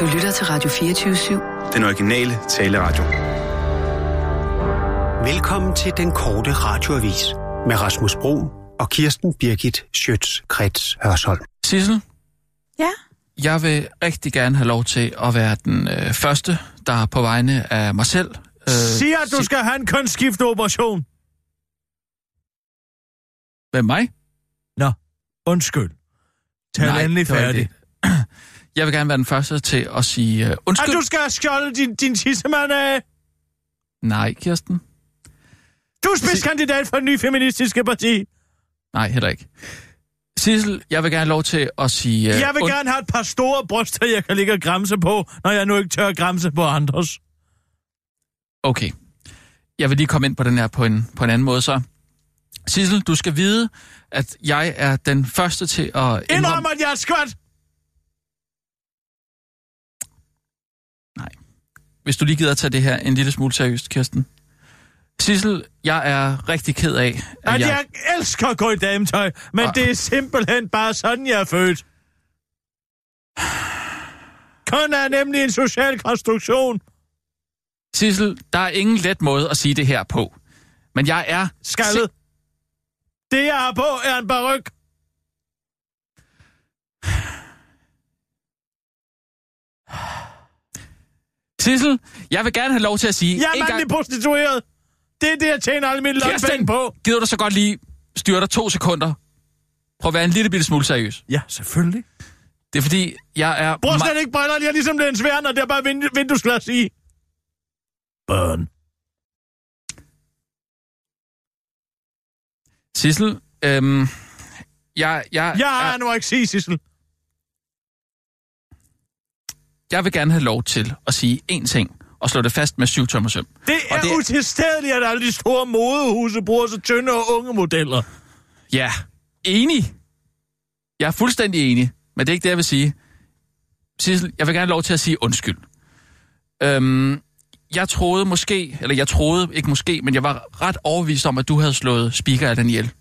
Du lytter til Radio 24/7. Den originale taleradio. Velkommen til den korte radioavis med Rasmus Bro og Kirsten Birgit Schøtz-Krets Hørsholm. Sissel? Ja? Jeg vil rigtig gerne have lov til at være den første, der på vegne af mig selv... Siger, at du skal have en kønsskifteoperation. Med mig? Nå, undskyld. Tal endelig færdig. Jeg vil gerne være den første til at sige undskyld. At du skal have skjoldet din tissemand af. Nej, Kirsten. Du er spidskandidat for den nye feministiske parti. Nej, heller ikke. Sissel, jeg vil gerne have lov til at sige... jeg vil gerne have et par store bryster, jeg kan ligge og græmse på, når jeg nu ikke tør græmse på andres. Okay. Jeg vil lige komme ind på den her på en anden måde så. Sissel, du skal vide, at jeg er den første til at... Indrøm, at jeg er skvat! Nej. Hvis du lige gider at tage det her en lille smule seriøst, Kirsten. Sissel, jeg er rigtig ked af, at jeg elsker at gå i dametøj, men det er simpelthen bare sådan, jeg er født. Kun er nemlig en social konstruktion. Sissel, der er ingen let måde at sige det her på. Men jeg er... Skaldet. Det, jeg har på, er en baryk. Sissel, jeg vil gerne have lov til at sige... Jeg er mandlig prostitueret. Det er det, jeg tjener alle mine lønpenge på. Gider du så godt lige styre dig 2 sekunder? Prøv at være en lille bitte smule seriøs. Ja, selvfølgelig. Det er fordi, jeg er... Brug slet ikke briller, jeg er ligesom den sværne, og det er bare vinduesglas i. Børn. Sissel, jeg er anoreksi, Sissel. Jeg vil gerne have lov til at sige én ting, og slå det fast med 7-tommersøm. Det er utilstedeligt, at alle de store modehuse bruger så tynde og unge modeller. Ja, enig. Jeg er fuldstændig enig, men det er ikke det, jeg vil sige. Sissel, jeg vil gerne have lov til at sige undskyld. Jeg troede ikke måske, men jeg var ret overbevist om, at du havde slået Speaker af den ihjel.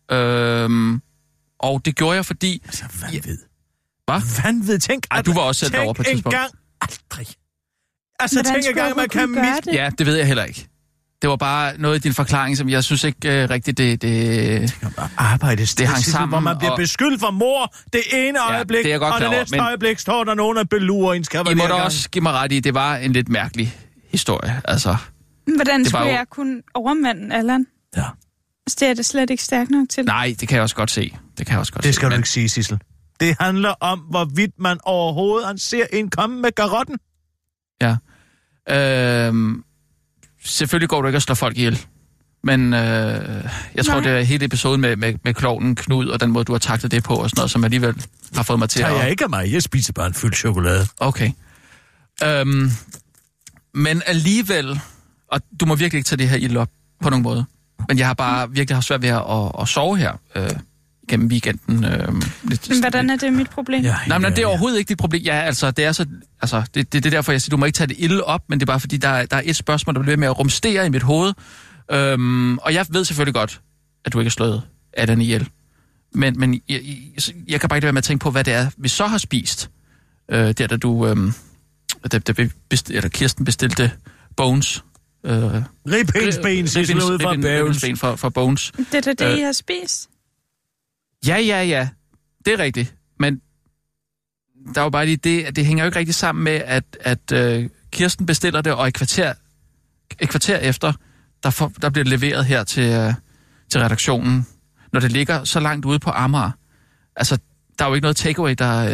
Og det gjorde jeg, fordi... Altså, vanvid. Hvad? Vanvid, tænk... Du var også selv derovre på et tidspunkt. Tænk aldrig. Altså, tænk engang, man kan det? Ja, det ved jeg heller ikke. Det var bare noget i din forklaring, som jeg synes ikke rigtigt, det hang sammen. Hvor man bliver beskyldt for mord det ene øjeblik, det og det næste øjeblik står der nogen og belurer ens kavalergang. I må da også give mig ret i, det var en lidt mærkelig historie, altså. Hvordan skulle jeg kunne overmande Allan? Ja. Det er det slet ikke stærkt nok til. Nej, det kan jeg også godt se. Det skal du ikke sige, Sissel. Det handler om, hvorvidt man overhovedet ser en komme med garotten. Ja. Selvfølgelig går du ikke at slå folk ihjel. Men jeg tror, det er hele episoden med klovnen Knud, og den måde, du har taklet det på, og sådan noget, som alligevel har fået mig til at... jeg ikke af mig. Jeg spiser bare en fyldt chokolade. Okay. Men alligevel, og du må virkelig ikke tage det her ild op på nogen måde, men jeg har bare virkelig haft svært ved at sove her gennem weekenden. Men hvordan er det mit problem? Nej, men det er overhovedet ikke dit problem. Ja, altså, det er så... Altså, det er derfor, jeg siger, du må ikke tage det ilde op, men det er bare fordi, der er et spørgsmål, der bliver med at rumstere i mit hoved. Og jeg ved selvfølgelig godt, at du ikke er slået af den ihjel. Men jeg kan bare ikke være med at tænke på, hvad det er, vi så har spist. Da Kirsten bestilte Bones. Ribbenben, Sissel, ud fra Bones. Ribbenben fra Bones. Det er det, I har spist? Ja. Det er rigtigt. Men der var bare lige det, at det hænger jo ikke rigtig sammen med, at Kirsten bestiller det, og et kvarter efter, der bliver det leveret her til redaktionen, når det ligger så langt ude på Amager. Altså, der er jo ikke noget takeaway,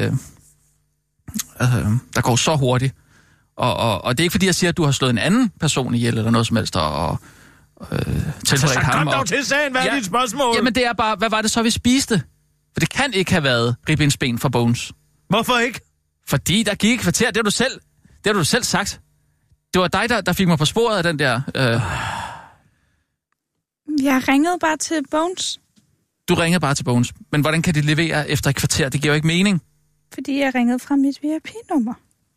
der går så hurtigt. Og det er ikke fordi, jeg siger, at du har slået en anden person ihjel, eller noget som helst, og tilberedt ham. Så kom dog til sagen, hvad er dit spørgsmål? Jamen, det er bare, hvad var det så, vi spiste? For det kan ikke have været ribbensben fra Bones. Hvorfor ikke? Fordi der gik et kvarter, det har du selv sagt. Det var dig, der fik mig på sporet af den der... Jeg ringede bare til Bones. Du ringede bare til Bones. Men hvordan kan de levere efter et kvarter? Det giver jo ikke mening. Fordi jeg ringede fra mit VIP-nummer.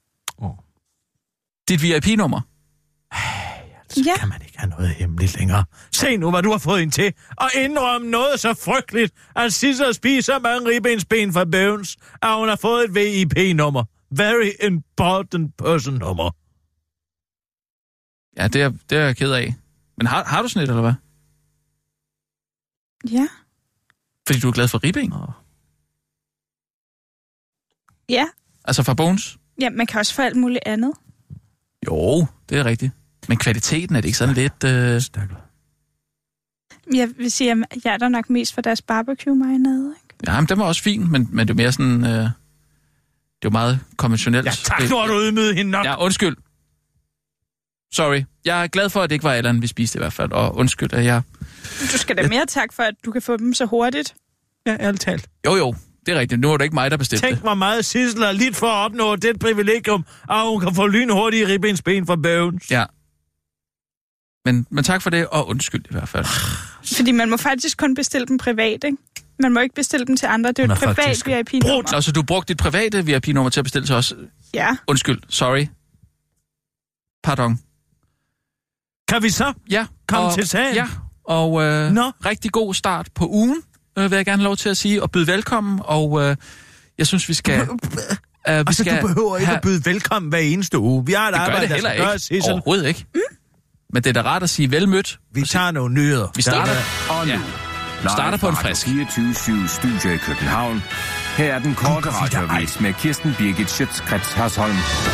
Dit VIP-nummer? Så kan man ikke have noget hemmeligt længere. Se nu, hvad du har fået ind til. Og indrømme noget så frygteligt, at Sissel spiser mange ribbensben fra Bones, at hun har fået et VIP-nummer. very important person nummer. Ja, det er jeg ked af. Men har du sådan et, eller hvad? Ja. Fordi du er glad for ribbing? Ja. Altså fra Bones? Ja, man kan også få alt muligt andet. Jo, det er rigtigt. Men kvaliteten er det ikke sådan lidt... Stakkel. Jeg vil sige, at jeg er der nok mest for deres barbecue-marinade, ikke? Ja, men den var også fin, men det er mere sådan... det er jo meget konventionelt. Ja, tak, nu har du ydmyget hende nok. Ja, undskyld. Sorry. Jeg er glad for, at det ikke var Allan, vi spiste i hvert fald. Og undskyld, at jeg... Du skal da mere tak for, at du kan få dem så hurtigt. Ja, ærligt talt. Jo, det er rigtigt. Nu er det ikke mig, der bestemte det. Tænk hvor meget Sissel har lidt for at opnå det privilegium, at hun kan få lynhurtige ribbensben fra Bones. Ja. Men tak for det, og undskyld i hvert fald. Fordi man må faktisk kun bestille dem privat, ikke? Man må ikke bestille dem til andre. Det er jo et privat VIP-nummer. Altså, du brugte dit private VIP-nummer til at bestille til os? Ja. Undskyld. Sorry. Pardon. Kan vi så komme til sagen? Ja, og rigtig god start på ugen, vil jeg gerne lov til at sige, og byde velkommen, og jeg synes, vi skal... du behøver ikke at byde velkommen hver eneste uge. Vi har et arbejde, der skal gøres, Sissel. Overhovedet ikke. Men det er da rart at sige velmødt. Vi tager nogle nyheder. Vi starter, starter på en frisk. 24/7 Studio i København. Her er den korte radioavis med Kirsten Birgit Schøtz-Krets Hørsholm.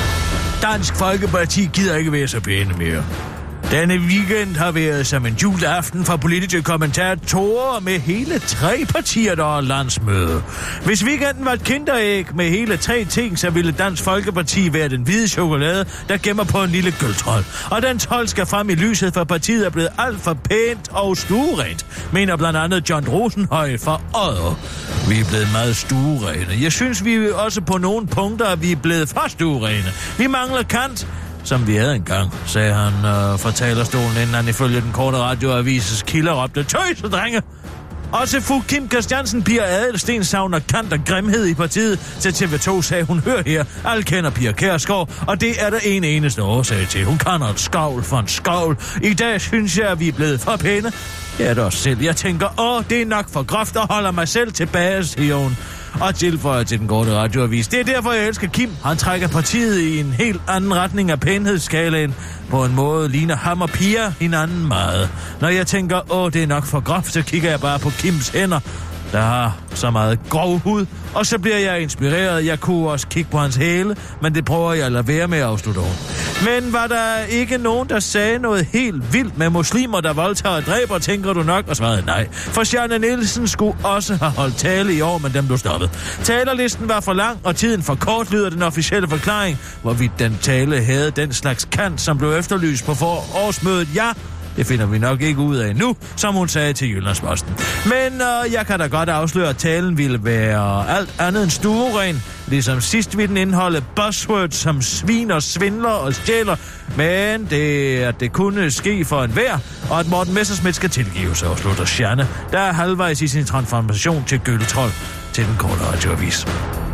Dansk Folkeparti gider ikke være så pæne mere. Denne weekend har været som en juleaften for politiske kommentatorer med hele 3 partier, der er landsmøde. Hvis weekenden var et kinderæg med hele 3 ting, så ville Dansk Folkeparti være den hvide chokolade, der gemmer på en lille gøltrold. Og den trold skal frem i lyset, for partiet er blevet alt for pænt og stuerent, mener blandt andet John Rosenhøj fra Odder. Vi er blevet meget stuerene. Jeg synes, vi også på nogle punkter, at vi er blevet for stuerene. Vi mangler kant, som vi havde engang, sagde han fra talerstolen, inden han ifølge den korte radioavises kilder råbte, tøjse, drenge! Også fru Kim Christiansen, Pia Adelsten, savner kant og grimhed i partiet. Til TV2 sagde hun, hør her, alle kender Pia Kjærsgaard, og det er der en eneste årsag til. Hun kan et skavl for en skavl. I dag synes jeg, at vi er blevet for pæne. Jeg er det også selv. Jeg tænker, det er nok for groft og holder mig selv tilbage, siger hun. Og tilføjer til den korte radioavis. Det er derfor, jeg elsker Kim. Han trækker partiet i en helt anden retning af pænhedsskalaen. På en måde ligner ham og Pia hinanden meget. Når jeg tænker, det er nok for groft, så kigger jeg bare på Kims hænder, der har så meget grov hud, og så bliver jeg inspireret. Jeg kunne også kigge på hans hæle, men det prøver jeg at lade være med at afslutte over. Men var der ikke nogen, der sagde noget helt vildt med muslimer, der voldtager og dræber, tænker du nok? Og svarede nej. For Sjerne Nielsen skulle også have holdt tale i år, men den blev stoppet. Talerlisten var for lang, og tiden for kort, lyder den officielle forklaring, hvorvidt den tale havde den slags kant, som blev efterlyst på årsmødet. Ja, det finder vi nok ikke ud af nu, som hun sagde til Jyllandsposten. Men jeg kan da godt afsløre, at talen ville være alt andet end stueren. Ligesom sidst ville den indeholde buzzwords som svin og svindler og stjæler. Men det kunne ske for enhver, og at Morten Messerschmidt skal tilgive sig, og slutter Sjerne, der er halvvejs i sin transformation til gølletrold til den korte radioavis.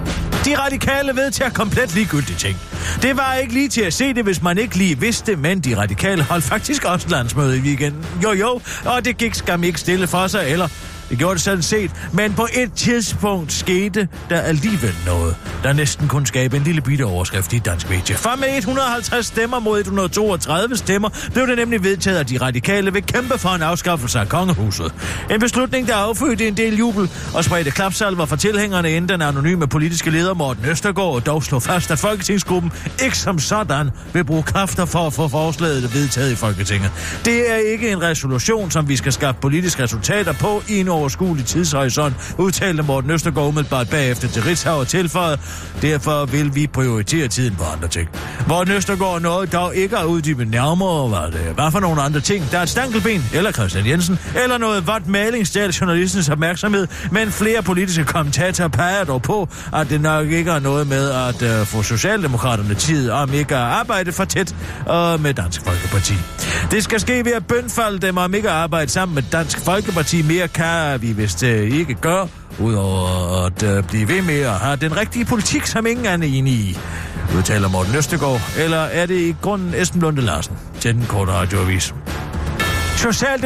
De radikale vedtager komplet ligegyldige ting. Det var ikke lige til at se det, hvis man ikke lige vidste, men de radikale holdt faktisk også landsmøde i weekenden. Jo, og det gik skam ikke stille for sig, eller det gjorde det sådan set. Men på et tidspunkt skete der alligevel noget, der næsten kunne skabe en lille bitte overskrift i dansk medie. For med 150 stemmer mod 132 stemmer blev det nemlig vedtaget, at de radikale vil kæmpe for en afskaffelse af kongehuset. En beslutning, der affødte en del jubel og spredte klapsalver for tilhængerne, inden den anonyme politiske leder Morten Østergaard dog slog fast, at Folketingsgruppen ikke som sådan vil bruge kræfter for at få forslaget vedtaget i Folketinget. Det er ikke en resolution, som vi skal skaffe politiske resultater på i en overskuelig tidshorisont, udtalte Morten Østergaard umiddelbart bagefter til Ritzau og tilføjet. Derfor vil vi prioritere tiden på andre ting. Morten Østergaard nåede dog ikke at uddybe nærmere, hvad for nogle andre ting. Der er et stankelben, eller Christian Jensen, eller noget vådt maling stjal journalistens opmærksomhed, men flere politiske kommentatorer peger dog på, at det nok ikke er noget med at få Socialdemokraterne tid om ikke at arbejde for tæt med Dansk Folkeparti. Det skal ske ved at bønfalde dem om ikke at arbejde sammen med Dansk Folkeparti. Mere kan vi vist ikke gøre, udover at blive ved med at have den rigtige politik, som ingen er enige i, udtaler Morten Østergaard. Eller er det i grunden Esben Lunde Larsen til den korte radioavis?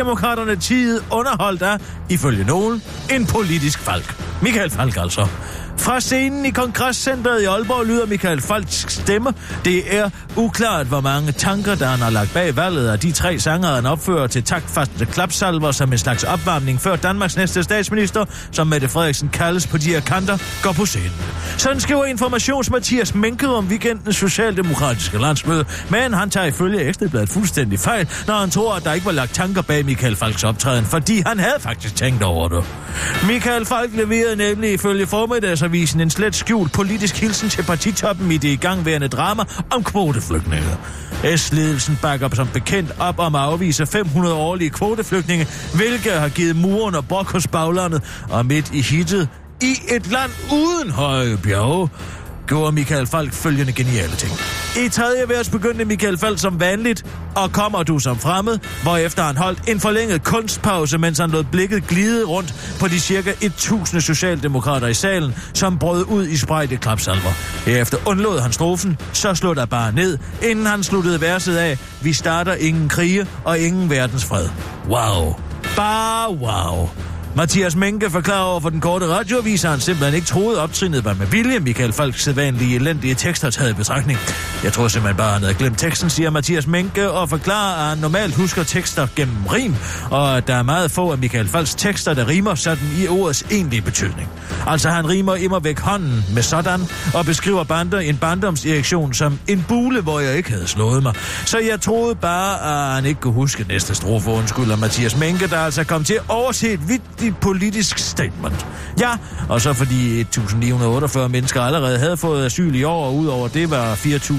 Socialdemokraterne tid underholdt af, ifølge nogen, en politisk falk. Michael Falk altså. Fra scenen i Kongresscentret i Aalborg lyder Michael Falks stemme. Det er uklart, hvor mange tanker, der han har lagt bag valget af de 3 sanger, han opfører til taktfaste klapsalver som en slags opvarmning før Danmarks næste statsminister, som Mette Frederiksen kaldes på de her kanter, går på scenen. Sådan skriver Mathias Menke om weekendens socialdemokratiske landsmøde, men han tager ifølge Ekstrabladet fuldstændig fejl, når han tror, at der ikke var lagt tanker bag Michael Falks optræden, fordi han havde faktisk tænkt over det. Michael Falk leverede nemlig ifølge Formiddagsavisen en slet skjult politisk hilsen til partitoppen i det igangværende drama om kvoteflygtninge. S-ledelsen bakker som bekendt op om at afvise 500 årlige kvoteflygtninge, hvilket har givet muren og brok hos baglandet, og midt i hittet i et land uden høje bjerge, gjorde Michael Falk følgende geniale ting. I tredje vers begyndte Michael Falk som vanligt, og kommer du som fremmed, hvorefter han holdt en forlænget kunstpause, mens han lod blikket glide rundt på de cirka 1000 socialdemokrater i salen, som brød ud i spredte klapsalver. Herefter undlod han strofen, så slog der bare ned, inden han sluttede verset af: vi starter ingen krige og ingen verdensfred. Wow. Bare wow. Mathias Menke forklarer over for den korte radioavis, at han simpelthen ikke troede optrinnet var med vilje. Michael Falks sædvanlige elendige tekster taget i betragtning. Jeg tror simpelthen bare, han havde glemt teksten, siger Mathias Menke, og forklarer, at han normalt husker tekster gennem rim, og at der er meget få af Michael Falks tekster, der rimer sådan i ordets egentlige betydning. Altså han rimer immer væk hånden med sådan, og beskriver en barndomserektion som en bule, hvor jeg ikke havde slået mig. Så jeg troede bare, at han ikke kunne huske næste strofe, undskylder Mathias Menke, der altså kom til at overse et vidt politisk statement. Ja, og så fordi 1948 mennesker allerede havde fået asyl i år, og udover det var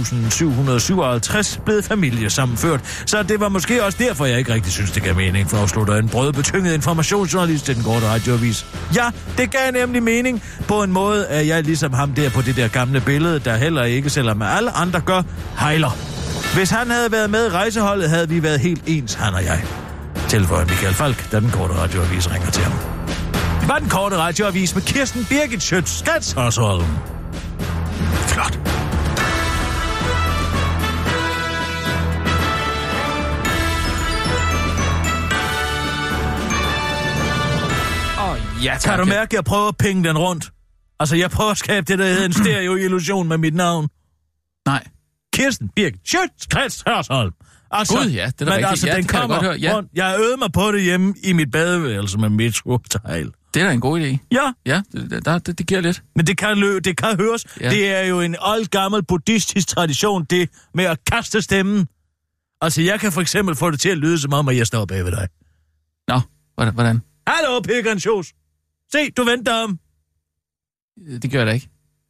4.757 blevet familiesammenført. Så det var måske også derfor, jeg ikke rigtig synes, det gav mening, for at afslutte en brødbetynget informationsjournalist til den korte radioavis. Ja, det gav nemlig mening på en måde, at jeg ligesom ham der på det der gamle billede, der heller ikke, selvom alle andre gør, hejler. Hvis han havde været med i rejseholdet, havde vi været helt ens, han og jeg. Tilføjer Michael Falk, da den korte radioavis ringer til ham. Det var den korte radioavis med Kirsten Birgit Schøtz Hørsholm. Flot. Ja, tak. Kan du mærke, at jeg prøver at pinge den rundt? Altså, jeg prøver at skabe det, der hedder en stereo-illusion med mit navn. Nej. Kirsten Birgit Schøtz Hørsholm. Altså, gud, ja, det er da rigtigt. Altså, Ja, den det kan jeg kommer godt høre. Ja. rundt. Jeg øvede mig på det hjemme i mit badeværelse med metrotegl. Det er da en god idé. Ja. Ja, det giver lidt. Men det kan høres. Ja. Det er jo en oldgammel buddhistisk tradition, det med at kaste stemmen. Altså, jeg kan for eksempel få det til at lyde som om, at jeg står bag ved dig. Nå, hvordan? Hallo, Pegansjos. Se, du venter om. Det gør jeg da ikke.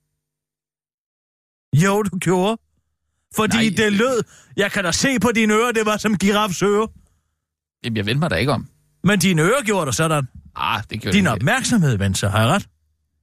Jo, du gjorde. Fordi det lød. Jeg kan da se på dine ører, det var som girafs ører. Jamen, jeg vendte mig da ikke om. Men dine ører gjorde det sådan. Det gjorde Din det opmærksomhed vendte sig, har jeg ret?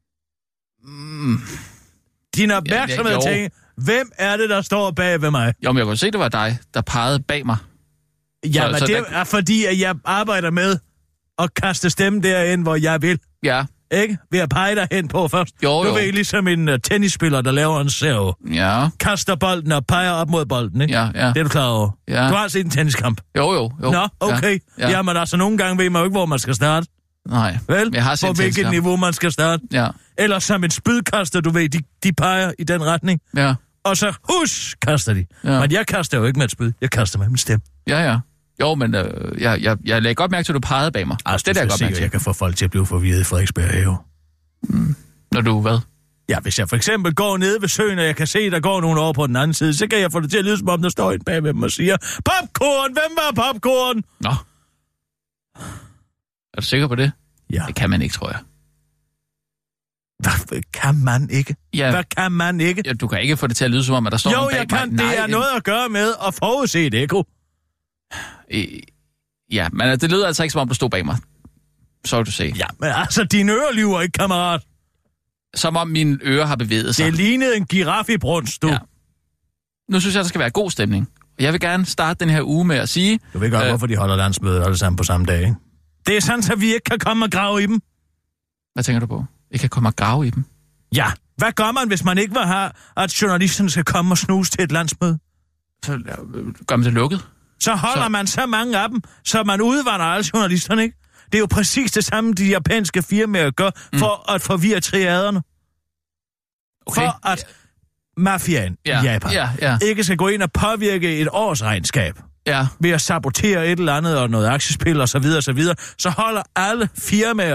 Din opmærksomhed tænker, hvem er det, der står bag ved mig? Jo, men jeg kunne se, det var dig, der pegede bag mig. Ja, men det er fordi, at jeg arbejder med at kaste stemmen derind, hvor jeg vil. Ja. Ikke? Ved at pege dig hen på først. Jo. Du ved, ligesom en tennisspiller, der laver en serve. Ja. Kaster bolden og peger op mod bolden, ikke? Ja. Det er du klar over. Ja. Du har set en tenniskamp. Jo. Nå, okay. Ja. Jamen altså, nogle gange ved man jo ikke, hvor man skal starte. Nej. Vel? Jeg har set på hvilket niveau man skal starte. Ja. Eller som en spydkaster, du ved, de peger i den retning. Ja. Og så, kaster de. Ja. Men jeg kaster jo ikke med et spyd. Jeg kaster med min stemme. Ja. Jo, men jeg lagde godt mærke til, at du pegede bag mig. Altså, det er godt mærke til. Jeg kan få folk til at blive forvirret i Frederiksberg Have. Når du hvad? Ja, hvis jeg for eksempel går ned ved søen, og jeg kan se, der går nogen over på den anden side, så kan jeg få det til at lyde, som om der står en bag ved dem og siger, popcorn! Hvem var popcorn? Nå. Er du sikker på det? Ja. Det kan man ikke, tror jeg. Hvad kan man ikke? Ja. Hvad kan man ikke? Ja, du kan ikke få det til at lyde, som om, at der står jo, nogen bag jeg kan. mig. Det er noget at gøre med at forudse et ekko. Ja, men det lyder altså ikke, som om du stod bag mig. Så vil du se. Ja, men altså, dine ører lyver ikke, kammerat. Som om mine ører har bevæget sig. Det lignede en giraf i brunst, du. Ja. Nu synes jeg, der skal være god stemning. Jeg vil gerne starte den her uge med at sige... Du ved godt, hvorfor de holder landsmøde alle sammen på samme dag, ikke? Det er sådan, at vi ikke kan komme og grave i dem. Hvad tænker du på? Ikke kan komme og grave i dem? Ja. Hvad gør man, hvis man ikke vil have, at journalisterne skal komme og snuse til et landsmøde? Så gør man det lukket. Så holder man så mange af dem, så man udvander alle journalisterne, ikke? Det er jo præcis det samme, de japanske firmaer gør for at forvirre triaderne. for at mafiaen i Japan ikke skal gå ind og påvirke et årsregnskab ved at sabotere et eller andet og noget aktiespil og så videre, så holder alle firmaer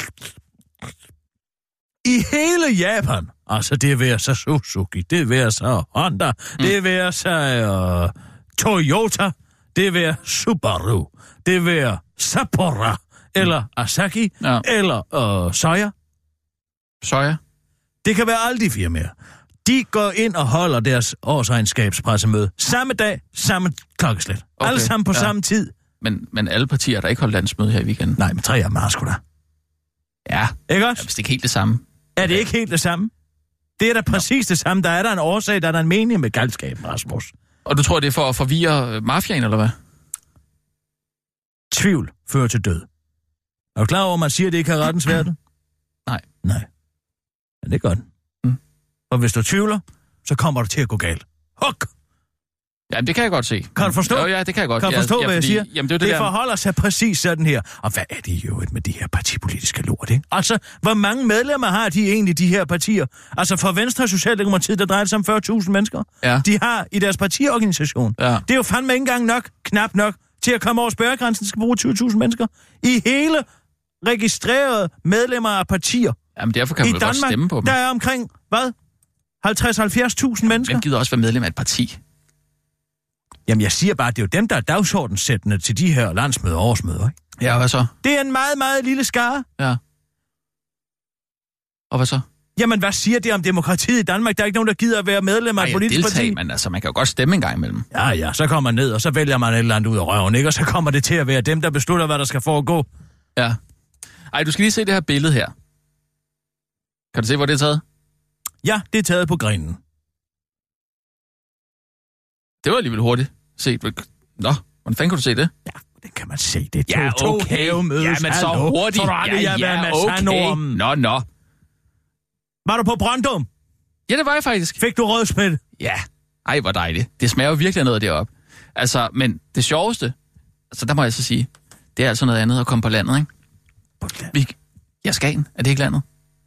i hele Japan, altså det vil sig Suzuki, det vil sig Honda, det vil sig Toyota, det vil Subaru, det vil Sapporo, eller Asahi, eller Soya. Det kan være alle de firmaer. De går ind og holder deres årsregnskabspressemøde samme dag, samme klokkeslæt. Okay, alle sammen på samme tid. Men alle partier, der ikke holdt landsmøde her i weekenden. Nej, men 3 af dem har sgu da. Ja. Ikke også? Ja, hvis det ikke helt det samme. Er det ikke helt det samme? Det er da præcis det samme. Der er der en årsag, der er der en mening med galskaben, Rasmus. Og du tror, det er for at forvirre mafiaen, eller hvad? Tvivl fører til død. Er du klar over, at man siger, at det ikke har rettens værdi? Nej. Men det gør den. Og hvis du tvivler, så kommer det til at gå galt. Huk! Jamen, det kan jeg godt se. Kan du forstå? Ja, det kan jeg godt. Kan du forstå, hvad jeg siger? Jamen, det der forholder sig præcis sådan her. Og hvad er det jo med de her partipolitiske lort, ikke? Altså, hvor mange medlemmer har de egentlig, de her partier? Altså, for Venstre og Socialdemokratiet, der drejer det sig om 40.000 mennesker. Ja. De har i deres partiorganisation. Ja. Det er jo fandme ikke engang nok, knap nok, til at komme over spærregrænsen, skal bruge 20.000 mennesker. I hele registrerede medlemmer af partier. Jamen, derfor kan man godt stemme på dem. Der er omkring, hvad? 50-70.000 mennesker. Hvem gider også være medlem af et parti? Jamen, jeg siger bare, at det er jo dem, der er dagsordenssættende til de her landsmøder og årsmøder, ikke? Ja, hvad så? Det er en meget, meget lille skare. Ja. Og hvad så? Jamen, hvad siger det om demokratiet i Danmark? Der er ikke nogen, der gider at være medlem af et politisk parti. Men altså, man kan jo godt stemme en gang imellem. Ja, så kommer man ned, og så vælger man et eller andet ud af røven, ikke? Og så kommer det til at være dem, der beslutter, hvad der skal foregå. Ja. Ej, du skal lige se det her billede her. Kan du se, hvor det er taget? Ja, det er taget på grenen. Det var alligevel hurtigt set. Nå, hvordan fanden kunne du se det? Ja, det kan man se. Det er to havemødes. Ja, men så hurtigt. Okay. Nå. Var du på Brøndum? Ja, det var jeg faktisk. Fik du rødspæt? Ja. Ej, hvor dejligt. Det smager jo virkelig noget deroppe. Altså, men det sjoveste, altså der må jeg så sige, det er altså noget andet at komme på landet, ikke? På landet? Ja, Skagen. Er det ikke landet?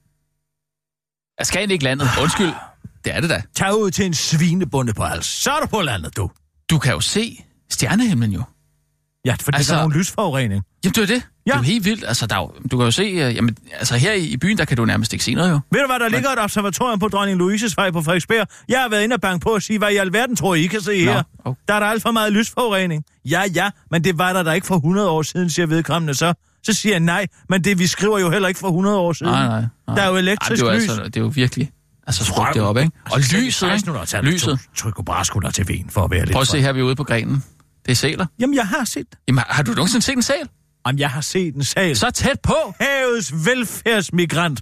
Er Skagen ikke landet? Undskyld. Det er det da. Tag ud til en svinebunde på hals. Så er du på landet, du. Du kan jo se stjernehimlen jo. Ja, for det er nogle lysforurening. Jamen, det er det. Ja. Det er jo helt vildt. Altså, du kan jo se, jamen, altså her i byen, der kan du nærmest ikke se noget jo. Ved du hvad, der ligger et observatorium på Dronning Louises vej på Frederiksberg. Jeg har været inde og banke på at sige, hvad i alverden tror I kan se her. Okay. Der er der alt for meget lysforurening. Ja, men det var der ikke for 100 år siden, siger vedkommende så. Så siger jeg nej, men det vi skriver jo heller ikke for 100 år siden. Nej. Der er jo elektrisk lys. Det er jo virkelig... Altså, tryk det op, ikke? Og lyset. Tryk jo bare sgu der til ven for at være lidt. Prøv at se her, vi er ude på grenen. Det er sæler. Jamen, jeg har set. Jamen, har du nogensinde set en sæl? Jamen, jeg har set en sæl. Så tæt på. Havets velfærdsmigrant.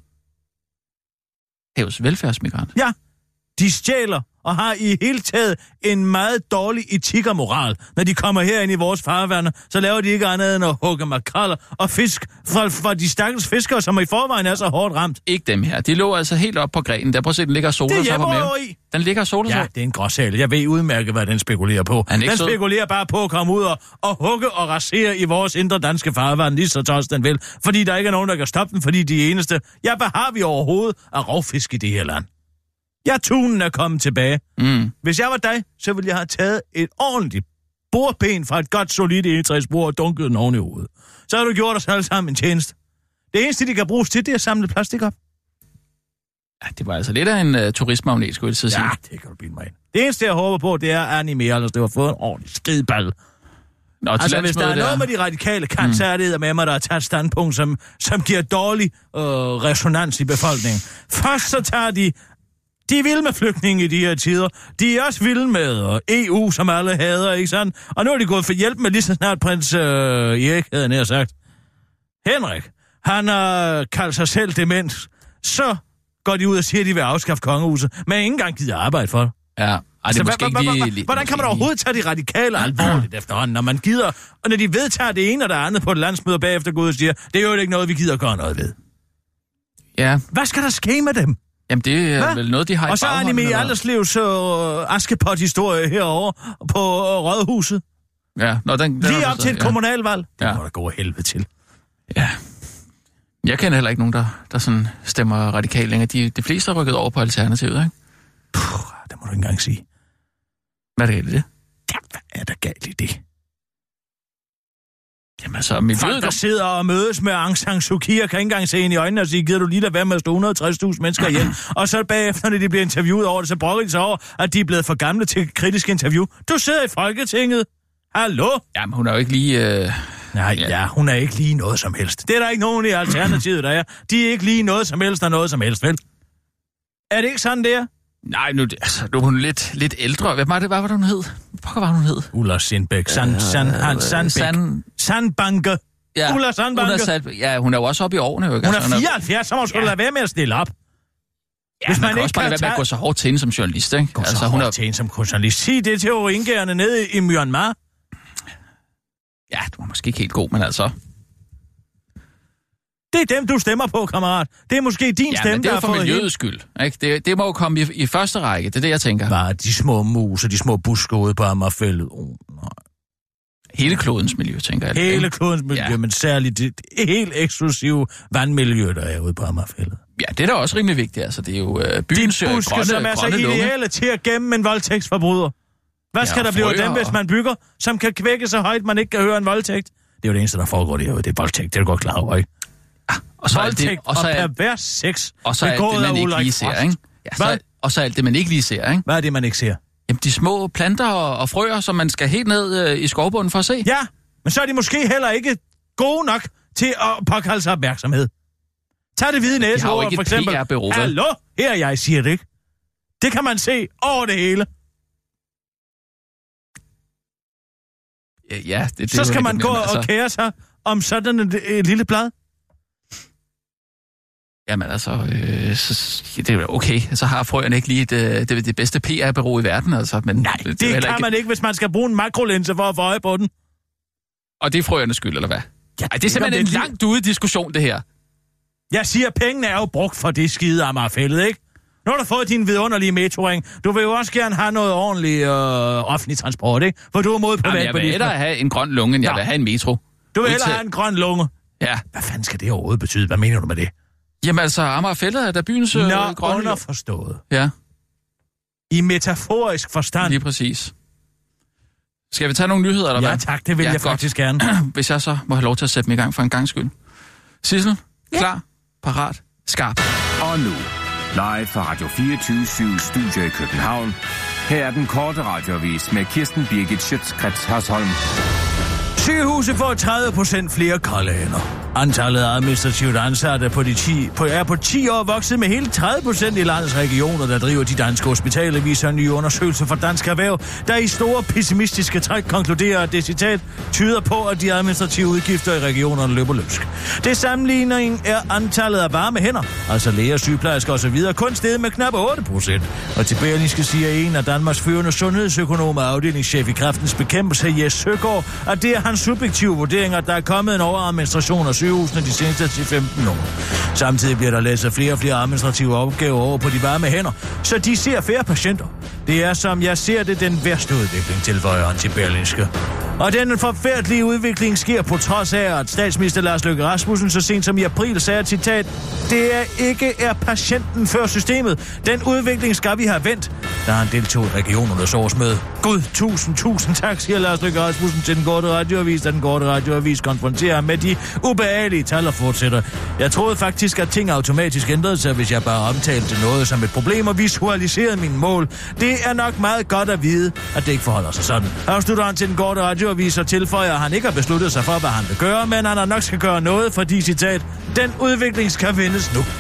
Havets velfærdsmigrant? Ja. De stjæler og har i hele taget en meget dårlig etik og moral. Når de kommer herind i vores farvande, så laver de ikke andet end at hugge makreller og fisk fra de stakkels fiskere, som i forvejen er så hårdt ramt. Ikke dem her. De lå altså helt op på grenen. Der prøv at se, den ligger og soler sig på maven. Den ligger og soler sig. Ja, det er en gråsæl. Jeg ved udmærket, hvad den spekulerer på. Den spekulerer bare på at komme ud og hugge og rasere i vores indre danske farvand, lige så tørs den vil. Fordi der ikke er nogen, der kan stoppe den, fordi de eneste... Ja, hvad har vi overhovedet af rovfisk i det her land? Ja, tunen er kommet tilbage. Hvis jeg var dig, så ville jeg have taget et ordentligt bordben fra et godt, solidt egetræsbord og dunket den oven i hovedet. Så har du gjort os alle sammen en tjeneste. Det eneste, de kan bruges til, det er at samle plastik op. Ja, det var altså lidt af en turistmagnet, skulle jeg sige. Ja, det kan du bilde mig ind. Det eneste, jeg håber på, det er at animere, ellers det var fået en ordentlig skideball. Nå, altså, hvis der er noget med de radikale kant, så er det med mig, der har taget et standpunkt, som giver dårlig resonans i befolkningen. Først så tager de er vilde med flygtninge i de her tider. De er også vilde med EU, som alle hader, ikke sandt? Og nu er de gået for hjælp med lige så snart prins Erik, havde jeg nær sagt. Henrik, han har kaldt sig selv dement. Så går de ud og siger, at de vil afskaffe kongehuset, men ingen engang gider arbejde for det. Ja, det måske hvordan kan man overhovedet tage de radikale alvorligt efterhånden, når man gider, og når de vedtager det ene og det andet på et landsmøde bagefter går ud og siger, det er jo ikke noget, vi gider gøre noget ved. Ja. Hvad skal der ske med dem? Jamen, det er vel noget, de har i baghånden. Og så animerer Alderslevs Askepot-historie herovre på Rådhuset. Ja, den lige op til et kommunalvalg. Det må der gå helvede til. Ja. Jeg kender heller ikke nogen, der sådan stemmer radikalt længere. De fleste er rykket over på Alternativet, ikke? Det må du ikke engang sige. Hvad er det galt i det? Ja, hvad er der galt i det? Jamen altså, folk, der sidder og mødes med Aung San Suu Kyi, og kan ikke engang se ind i øjnene og sige, gider du lige der være med at stå 160.000 mennesker ihjel? Og så bagefter, når de bliver interviewet over det, så brokker de sig over, at de er blevet for gamle til kritisk interview. Du sidder i Folketinget. Hallo? Jamen, hun er jo ikke lige... Nej, ja, hun er ikke lige noget som helst. Det er der ikke nogen i Alternativet, der er. De er ikke lige noget som helst og noget som helst, vel? Er det ikke sådan, det er? Nej, nu er hun lidt ældre. Hvad var det, hun hed? Hvad var hun hed? Ulla Sindbæk. Sandbanke. Ja, Ulla Sandbanke. Hun er jo også oppe i årene, jo ikke? Hun er 74, så må hun lade være med at stille op. Ja, hvis man kan også bare lade være med at gå så hårdt til hende som journalist, ikke? Gå så hårdt til hende som journalist. Sig det til uringærende nede i Myanmar. Ja, du er måske ikke helt god, men altså... Det er dem, du stemmer på, kammerat. Det er måske din stemme, der har fået... Ja, men det er jo for miljøets skyld, ikke? Det må jo komme i første række, det er det, jeg tænker. Bare de små mus og de små buske ude på Amagerfældet. Hele klodens miljø, tænker jeg. Hele klodens miljø, ja. Men særligt det helt eksklusive vandmiljø, der er ude på Amagerfældet. Ja, det er da også rimelig vigtigt, altså. Det er jo byens de buske, grønne, som er så ideelle til at gemme en voldtægtsforbryder. Hvad skal der blive af dem, hvis man bygger, som kan kvække så højt, man ikke kan høre en voldtægt? Det er jo det eneste, der foregår derude. Det er voldtægt, det er du godt klar over, ikke? Og så voldtægt og pervers sex. Og så alt det, man ikke lige ser, ikke? Ja, og så alt det, man ikke lige ser, ikke? Hvad er det, man ikke ser? Jamen, de små planter og frøer, som man skal helt ned i skovbunden for at se. Ja, men så er de måske heller ikke gode nok til at påkalde sig opmærksomhed. Tag det hvide næsehår, for eksempel. Hallo? Her jeg siger det, ikke? Det kan man se over det hele. Ja, det så skal man gå og kære sig om sådan et lille blad. Jamen altså, det er okay. Så har frøerne ikke lige det bedste PR-bureau i verden, altså. Men nej, det kan ikke... man ikke, hvis man skal bruge en makrolinse for at få øje på den. Og det er frøernes skyld, eller hvad? Ja, det er simpelthen en langt ude diskussion, det her. Jeg siger, at pengene er jo brugt for det skide Amagerfældet, ikke? Nu har du fået din vidunderlige metroring. Du vil jo også gerne have noget ordentligt offentlig transport, ikke? For du er mod privatbilisme. Jeg vil hellere have en grøn lunge, end jeg vil have en metro. Du vil hellere have en grøn lunge? Ja. Hvad fanden skal det overhovedet betyde? Hvad mener du med det? Jamen altså, Amagerfældet er der byens grønne... Underforstået. Ja. I metaforisk forstand. Lige præcis. Skal vi tage nogle nyheder, eller hvad? Ja tak, det vil jeg faktisk gerne. Hvis jeg så må have lov til at sætte mig i gang for en gangs skyld. Sissel, klar, parat, skarp. Og nu, live fra Radio 24/7 Studio i København. Her er den korte radioavis med Kirsten Birgit Schøtz-Krets Hørsholm. Sygehuse får 30% flere kollegaer. Antallet af administrativt ansatte er på 10 år vokset med hele 30% i landets regioner, der driver de danske hospitaler, viser en ny undersøgelse fra Dansk Erhverv, der i store pessimistiske træk konkluderer, at det citat tyder på, at de administrative udgifter i regionerne løber løbsk. Det sammenligning er antallet af varme hænder, altså læger, sygeplejersker osv., kun steget med knap 8%. Og til Berlingske siger en af Danmarks førende sundhedsøkonomer og afdelingschef i Kræftens Bekæmpelse, Jes Søgaard, at det er hans subjektive vurdering, at der er kommet en overadministration af sygehusene de seneste 10-15 år. Samtidig bliver der læsset flere og flere administrative opgaver over på de varme hænder, så de ser færre patienter. Det er, som jeg ser det, den værste udvikling, tilføjer han til Berlingske. Og den forfærdelige udvikling sker på trods af, at statsminister Lars Løkke Rasmussen så sent som i april sagde, citat, det er patienten før systemet. Den udvikling skal vi have vendt, da han deltog i regionernes årsmøde. Gud, tusind tak, siger Lars Løkke Rasmussen til den korte radioavis, da den korte radioavis konfronterer med de ubehagelige tal og fortsætter. Jeg troede faktisk, at ting automatisk ændrede sig, hvis jeg bare omtalte noget som et problem og visualiserede mine mål. Det er nok meget godt at vide, at det ikke forholder sig sådan. Afslutter han til den korte radioavis og tilføjer, at han ikke har besluttet sig for, hvad han vil gøre, men han nok skal gøre noget, fordi, citat, den udvikling skal vendes nu.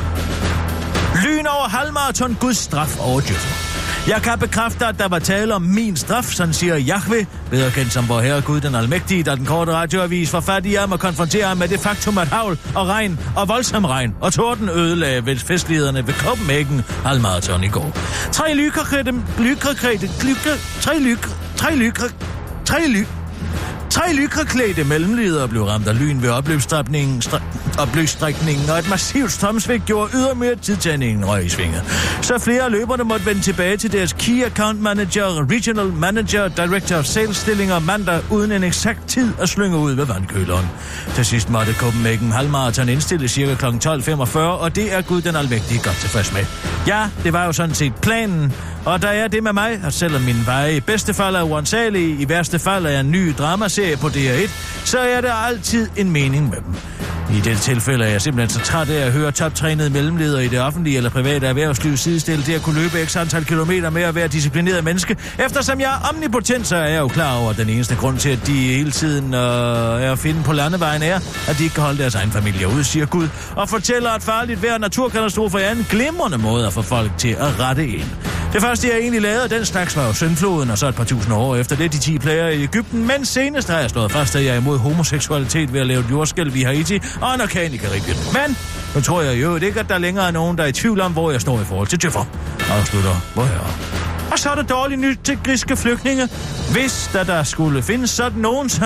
Lyn over halvmarathon, Guds straf over djøffen. Jeg kan bekræfte, at der var tale om min straf, sådan siger Jahve, bedre kendt som vor herre Gud den almægtige, da den korte radioavis får fat i ham og konfronterer ham med det faktum, at havl og regn og voldsom regn og torden ødelagde ved festlighederne ved Copenhagen halvmarathon i går. Tre 3 lykreklædte mellemledere blev ramt af lyn ved opløbsstrækningen, og et massivt strømsvigt gjorde ydermere tidtagningen røg i svinget. Så flere af løberne måtte vende tilbage til deres Key Account Manager, Regional Manager, Director of Sales stillinger mandag uden en eksakt tid at slynge ud ved vandkøleren. Til sidst måtte Copenhagen halvmarathon indstille cirka kl. 12.45, og det er Gud den almægtige godt tilfreds med. Ja, det var jo sådan set planen, og der er det med mig, at selvom min veje i bedste fald er uansagelige, i værste fald er en ny dramaserie på DR1, så er der altid en mening med dem. I dette tilfælde er jeg simpelthen så træt af at høre toptrænede mellemledere i det offentlige eller private erhvervsliv sidestille det at kunne løbe x antal kilometer med at være disciplineret menneske. Eftersom jeg er omnipotent, så er jeg jo klar over, at den eneste grund til, at de hele tiden er at finde på landevejen er, at de ikke kan holde deres egen familie ud, siger Gud, og fortæller, at farligt vejr og naturkatastrofer er en glimrende måde at få folk til at rette ind. Det første, jeg egentlig lavede, den slags var jo syndfloden, og så et par tusind år efter det, de 10 plager i Egypten, men senest har jeg slået fast, at jeg er imod homoseksualitet ved at lave et jordskælv i Haiti og en orkan i Karibien. Men nu tror jeg jo ikke, at der længere er nogen, der er i tvivl om, hvor jeg står i forhold til Tøffer. Afslutter, hvor jeg er. Og så er der dårligt nyt til griske flygtninge. Hvis der skulle findes sådan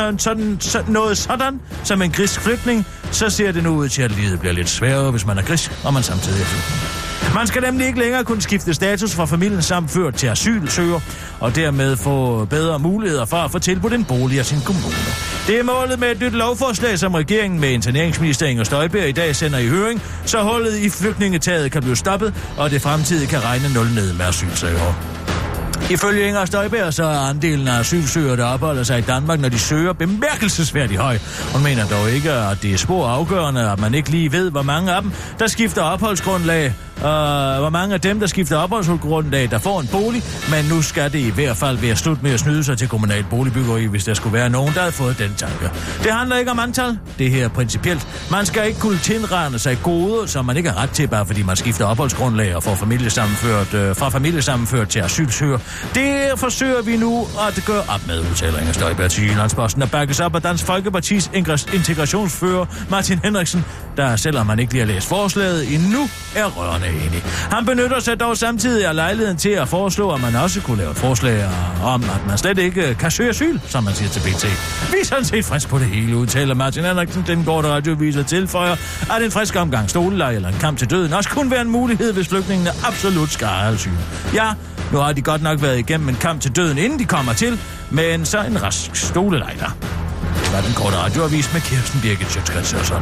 noget sådan som en grisk flygtning, så ser det nu ud til, at livet bliver lidt sværere, hvis man er grisk, og man samtidig er flygtning. Man skal nemlig ikke længere kunne skifte status fra familiesammenført til asylsøger, og dermed få bedre muligheder for at få tilbudt en bolig af sin kommune. Det er målet med et nyt lovforslag, som regeringen med interneringsminister Inger Støjberg i dag sender i høring, så hullet i flygtningetaget kan blive stoppet, og det fremtidigt kan regne 0 ned med asylsøgere. Ifølge Inger Støjberg så er andelen af asylsøgere, der opholder sig i Danmark, når de søger, bemærkelsesværdigt høj. Hun mener dog ikke, at det er spor afgørende, at man ikke lige ved, hvor mange af dem, der skifter opholdsgrundlag, hvor mange af dem, der skifter opholdsgrundlag, der får en bolig, men nu skal det i hvert fald være slut med at snyde sig til kommunalt boligbyggeri, hvis der skulle være nogen, der havde fået den tanke. Det handler ikke om antal, det her er principielt. Man skal ikke kunne tilrane sig gode, som man ikke har ret til, bare fordi man skifter opholdsgrundlag og får fra familiesammenført til asylsøger. Det forsøger vi nu at gøre op med, udtaler Inger Støjberg til Jyllandsposten, der bakkes op af Dansk Folkepartis integrationsfører Martin Henriksen, der selvom man ikke lige har læst forslaget endnu, er rørende enig. Han benytter sig dog samtidig af lejligheden til at foreslå, at man også kunne lave et forslag om, at man slet ikke kan søge asyl, som man siger til BT. Vi er sådan set frisk på det hele, udtaler Martin Henriksen, den korte radioviser tilføjer, at en frisk omgang stolelej eller en kamp til døden også kunne være en mulighed, hvis flygtningene absolut skal have asyl. Ja, nu har de godt nok været igennem en kamp til døden, inden de kommer til, men så en rask stolelej der. Det var den korte radioavis med Kirsten Birgit Schøtz-Krets Hørsholm.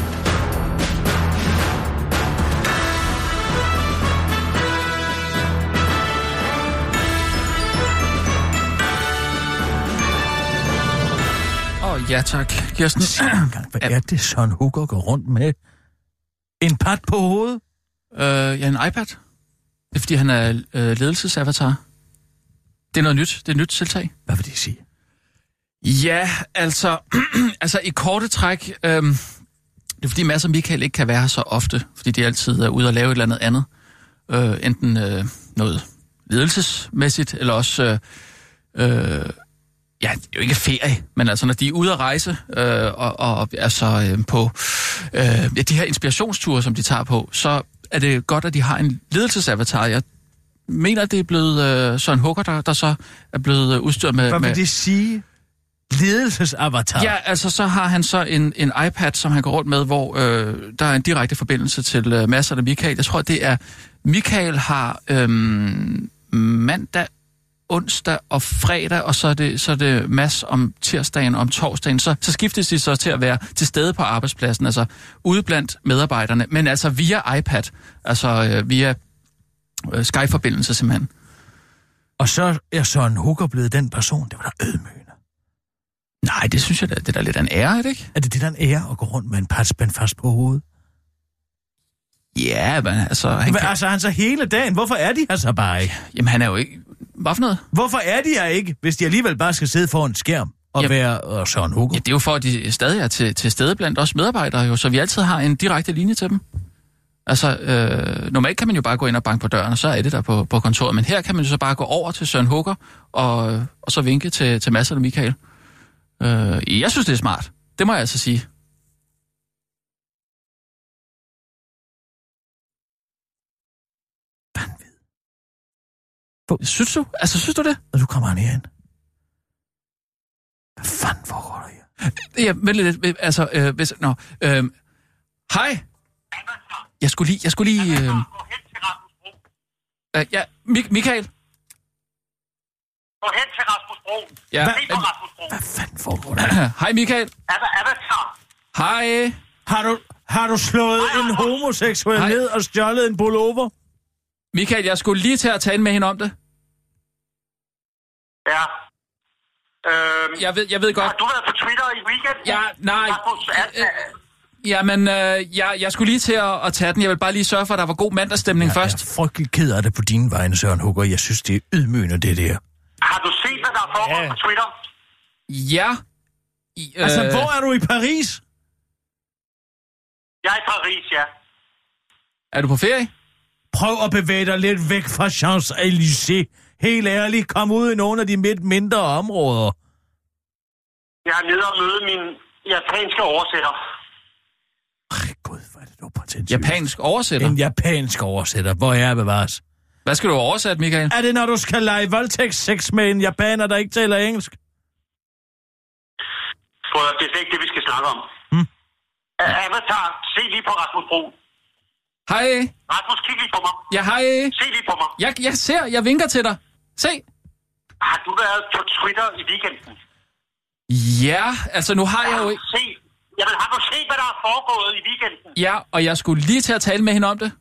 Ja tak, Kirsten. Hvad er det, Søren Hugger går rundt med? En pat på hovedet? Ja, en iPad. Det er, fordi han er ledelsesavatar. Det er noget nyt. Det er et nyt tiltag. Hvad vil det sige? Ja, altså i korte træk, det er fordi Mads og Michael ikke kan være her så ofte, fordi de altid er ude og lave et eller andet. Enten noget ledelsesmæssigt, eller også... Ja, det er jo ikke ferie, men altså når de er ude at rejse og altså på de her inspirationsture, som de tager på, så er det godt, at de har en ledelsesavatar. Jeg mener, det er blevet Søren Hugger, der så er blevet udstyret med... Hvad vil det sige? Ledelsesavatar? Ja, altså så har han så en iPad, som han går rundt med, hvor der er en direkte forbindelse til Mads og Michael. Jeg tror, det er... Michael har mandag, onsdag og fredag, og så er det Mads om tirsdagen og om torsdagen. Så skiftes de så til at være til stede på arbejdspladsen, altså ude blandt medarbejderne, men altså via iPad, altså via Skype-forbindelse simpelthen. Og så er Søren Hugger blevet den person, det var da ydmygende. Nej, det synes jeg da, det er da lidt af en ære, er det ikke? Er det der en ære at gå rundt med en pat spændt fast på hovedet? Ja, men altså... Altså han så hele dagen, hvorfor er de her så bare ikke? Jamen han er jo ikke... Hvad for noget? Hvorfor er de her ikke, hvis de alligevel bare skal sidde foran en skærm og være Søren Hugger? Ja, det er jo for, at de stadig er til stede blandt os medarbejdere, jo, så vi altid har en direkte linje til dem. Altså, normalt kan man jo bare gå ind og banke på døren, og så er det der på kontoret, men her kan man jo så bare gå over til Søren Hugger og så vinke til Mads og Michael. Jeg synes, det er smart. Det må jeg altså sige. Synes du? Altså, synes du det? Og du kommer her ind. Hvad fanden foregår der her? Ja, vent lidt. Altså, hvis... Nå, hej. Jeg skulle lige... Ja, Michael. Gå hen til Rasmus Broen. Ja. Hvad fanden foregår der? Hej, Michael. Avatar. Hej. Har du slået en homoseksuel ned og stjålet en pullover? Michael, jeg skulle lige til at tale med hende om det. Ja. Jeg ved godt... Har du været på Twitter i weekenden? Ja, nej. Jamen, jeg skulle lige til at tage den. Jeg vil bare lige sørge for, at der var god mandagsstemning først. Jeg er frygtelig ked af det på dine vegne, Søren Hugger. Jeg synes, det er ydmygende, det der. Har du set, hvad der er foregået på Twitter? Ja. Altså, hvor er du i Paris? Jeg er i Paris, ja. Er du på ferie? Prøv at bevæge dig lidt væk fra Champs-Élysées. Helt ærligt, kom ud i nogle af de mindre områder. Jeg er nede og møde min japanske oversætter. Gud, hvor er det dog potentielt. Japansk oversætter? En japansk oversætter. Hvor er jeg bevares? Hvad skal du oversætte, Michael? Er det, når du skal lege voldtægtssex med en japaner, der ikke taler engelsk? Prøv at det er slet ikke det, vi skal snakke om. Avatar, se lige på Rasmus Broen. Hej. Rasmus, kig lige på mig. Ja, hej. Se lige på mig. Jeg vinker til dig. Se. Har du været på Twitter i weekenden? Ja, altså nu har jeg jo ikke... Jamen, har du set, hvad der er foregået i weekenden? Ja, og jeg skulle lige til at tale med hende om det.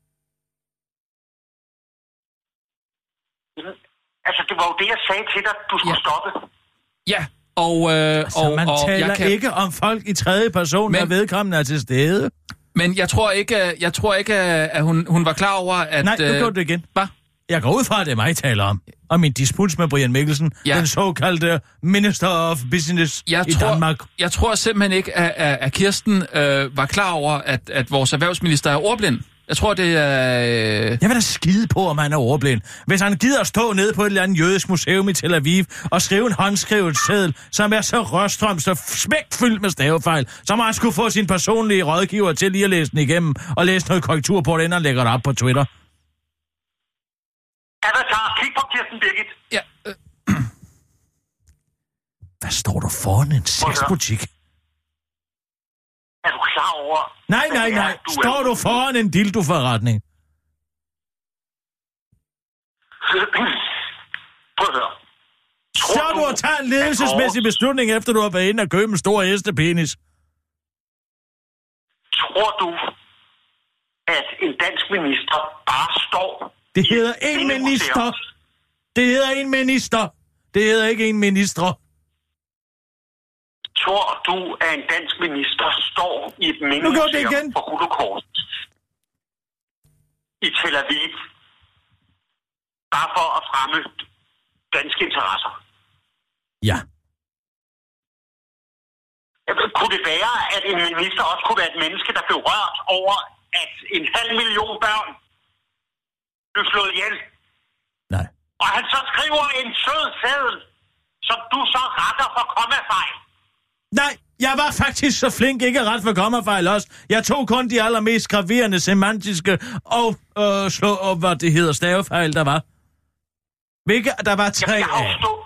Altså, det var jo det, jeg sagde til dig, du skulle stoppe. Ja, og... man taler ikke om folk i tredje person, når vedkommende er til stede. Men jeg tror ikke, at hun var klar over, at... Nej, nu gør du det igen. Hvad? Jeg går ud fra, at det er mig, I taler om. Og min disput med Brian Mikkelsen, den såkaldte Minister of Business i Danmark. Jeg tror simpelthen ikke, at Kirsten var klar over, at vores erhvervsminister er ordblind. Jeg tror, det er... Jeg vil da skide på, om han er ordblind. Hvis han gider at stå nede på et eller andet jødisk museum i Tel Aviv og skrive en håndskrevet seddel, som er så rørstrømt, så smækfyldt med stavefejl, så må han skulle få sin personlige rådgiver til lige at læse den igennem og læse noget korrektur på det, inden han lægger det op på Twitter. Avatar, kig på Kirsten Birgit. Ja. Hvad står du foran en sexbutik? Er du klar over... Nej. Står du foran en dildo-forretning? Prøv at høre. Så du at tage en ledelsesmæssig beslutning, efter du har været inde og købe en stor hestepenis? Tror du, at en dansk minister bare står... Det hedder en minister. Det hedder en minister. Det hedder ikke en minister. Tror du, at en dansk minister står i et mindemuseum for Holocaust i Tel Aviv, bare for at fremme danske interesser? Ja. Kunne det være, at en minister også kunne være et menneske, der blev rørt over, at 500.000 børn blev slået ihjel? Nej. Og han så skriver en sød seddel, som du så retter for kommafejl. Nej, jeg var faktisk så flink ikke ret for kommafejl også. Jeg tog kun de allermest graverende semantiske og hvad det hedder, stavefejl, der var. Hvilke? Der var 3 af.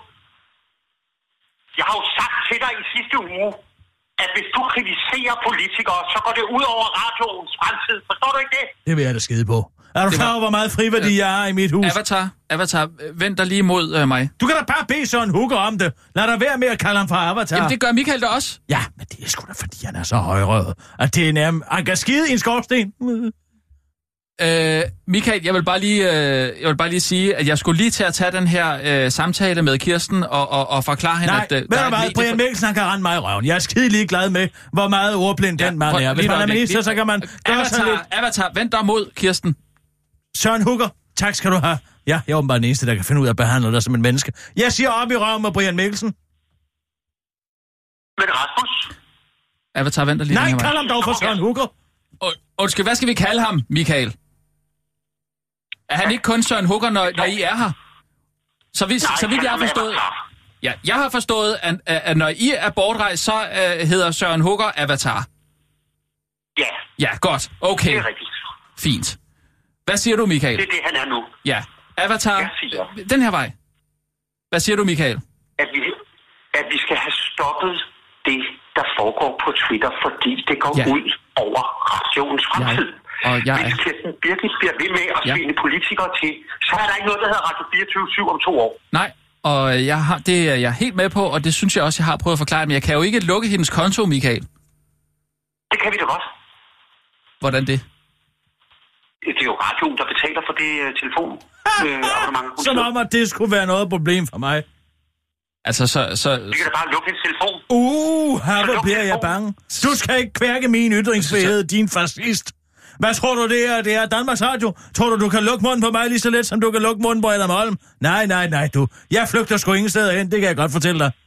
Jeg har jo sagt til dig i sidste uge, at hvis du kritiserer politikere, så går det ud over radioens fremtid. Forstår du ikke det? Det vil jeg da skide på. Er du klar over, hvor meget friværdi jeg har i mit hus? Avatar, vend dig lige mod mig. Du kan da bare bede Søren Hugger om det. Lad dig være med at kalde ham for Avatar. Jamen, det gør Michael da også. Ja, men det er sgu da, fordi han er så højrøget, at det er nærmest... Han kan skide i en skorsten. Michael, jeg vil bare lige sige, at jeg skulle lige til at tage den her samtale med Kirsten og forklare hende, at... Nej, ved du hvad, Brian Mikkelsen, han kan rende mig i røven. Jeg er skide ligeglad med, hvor meget ordblind den mand er. Hvis man er minister, så kan man... Avatar, vend dig mod Kirsten. Søren Hugger, tak skal du have. Ja, jeg er åbenbart den eneste, der kan finde ud af at behandle dig som en menneske. Jeg siger op i røven med Brian Mikkelsen. Men Rasmus? Avatar, vent dig lige. Nej, kald ham dog for Søren Hugger. Undskyld, hvad skal vi kalde ham, Michael? Er han ikke kun Søren Hugger, når I er her? Så vidt jeg har forstået... Ja, jeg har forstået, at når I er bortrejst, så hedder Søren Hugger Avatar. Ja. Ja, godt. Okay. Det er rigtigt. Fint. Hvad siger du, Michael? Det er det, han er nu. Ja. Avatar, den her vej. Hvad siger du, Michael? At vi skal have stoppet det, der foregår på Twitter, fordi det går ud over radioens fremtid. Hvis Kirsten Birgit bliver ved med at svine politikere til, så er der ikke noget, der hedder Radio 24/7 om 2 år. Nej, og det er jeg helt med på, og det synes jeg også, jeg har prøvet at forklare, men jeg kan jo ikke lukke hendes konto, Michael. Det kan vi da godt. Hvordan det? Det er jo radioen, der betaler for det telefon. Som om, at det skulle være noget problem for mig. Altså, så... Vi kan da bare lukke hendes telefon. Her bliver jeg bange. Du skal ikke kværke min ytringsfrihed, din fascist. Hvad tror du, det er? Det er Danmarks Radio. Tror du kan lukke munden på mig lige så let, som du kan lukke munden på Adam Holm? Nej, du. Jeg flygter sgu ingen steder hen, det kan jeg godt fortælle dig.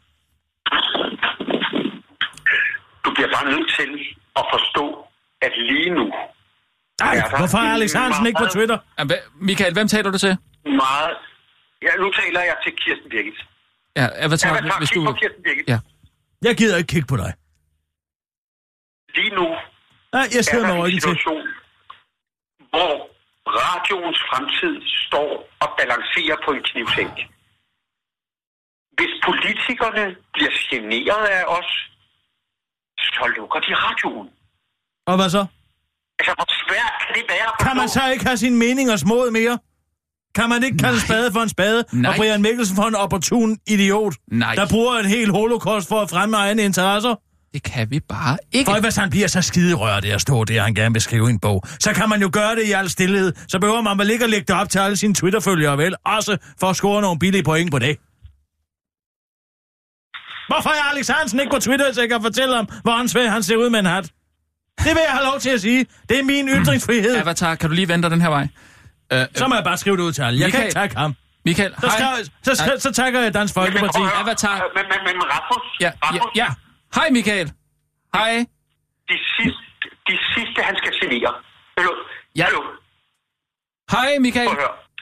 Du bliver bare nødt til at forstå, at lige nu... hvorfor er Alex Hansen ikke på Twitter? Michael, hvem taler du til? Meget. Ja, nu taler jeg til Kirsten Birgit. Ja, Avatar, hvis du... på Kirsten Birgit. Ja. Jeg gider ikke kigge på dig. Lige nu jeg sidder med en situation, hvor radioens fremtid står og balancerer på en knivsæg. Hvis politikerne bliver generet af os, så lukker de radioen. Og hvad så? Altså, hvor svært kan det være? Kan man så ikke have sin mening smod mere? Kan man ikke kalde spade for en spade? Og Brian Mikkelsen for en opportun idiot, der bruger en hel holocaust for at fremme egne interesser? Det kan vi bare ikke. For hvis han bliver så skiderørt af at stå der, han gerne vil skrive i en bog, så kan man jo gøre det i al stillhed. Så behøver man vel ikke at lægge det op til alle sine Twitter-følgere, vel? Også for at score nogle billige point på det. Hvorfor er Alex Hansen ikke på Twitter, så jeg kan fortælle ham, hvor han ser ud med en hat? Det vil jeg have lov til at sige. Det er min ytringsfrihed. Avatar, kan du lige vente den her vej? Så må jeg bare skrive det ud til alle. Jeg kan ikke tagge ham. Michael, så tagger jeg Dansk Folkeparti. Avatar. Men Rasmus? Ja. Hej, Michael. Hej. De sidste, han skal genere. Hallo. Hej, Michael.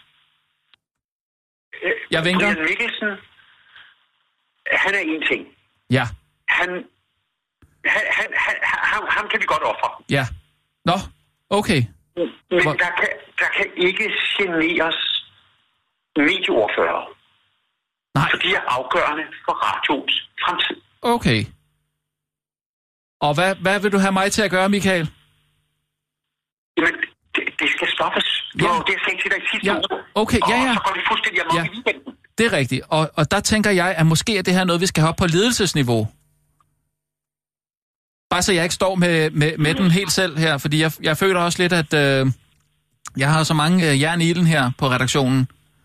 Jeg vinker. Brian Mikkelsen, han er en ting. Ja. Han kan vi godt ofre. Ja. Nå, okay. Men der kan ikke generes medieordfører. Nej. For de er afgørende for radioens fremtid. Okay. Og hvad vil du have mig til at gøre, Michael? Jamen, det skal stoppes. Det var jo det, jeg sagde til dig i sidste uge. Okay, ja. Og så går det fuldstændig amok i weekenden. Det er rigtigt. Og der tænker jeg, at måske er det her noget, vi skal have op på ledelsesniveau. Bare så jeg ikke står med den helt selv her, fordi jeg føler også lidt, at jeg har så mange jern i ilden her på redaktionen.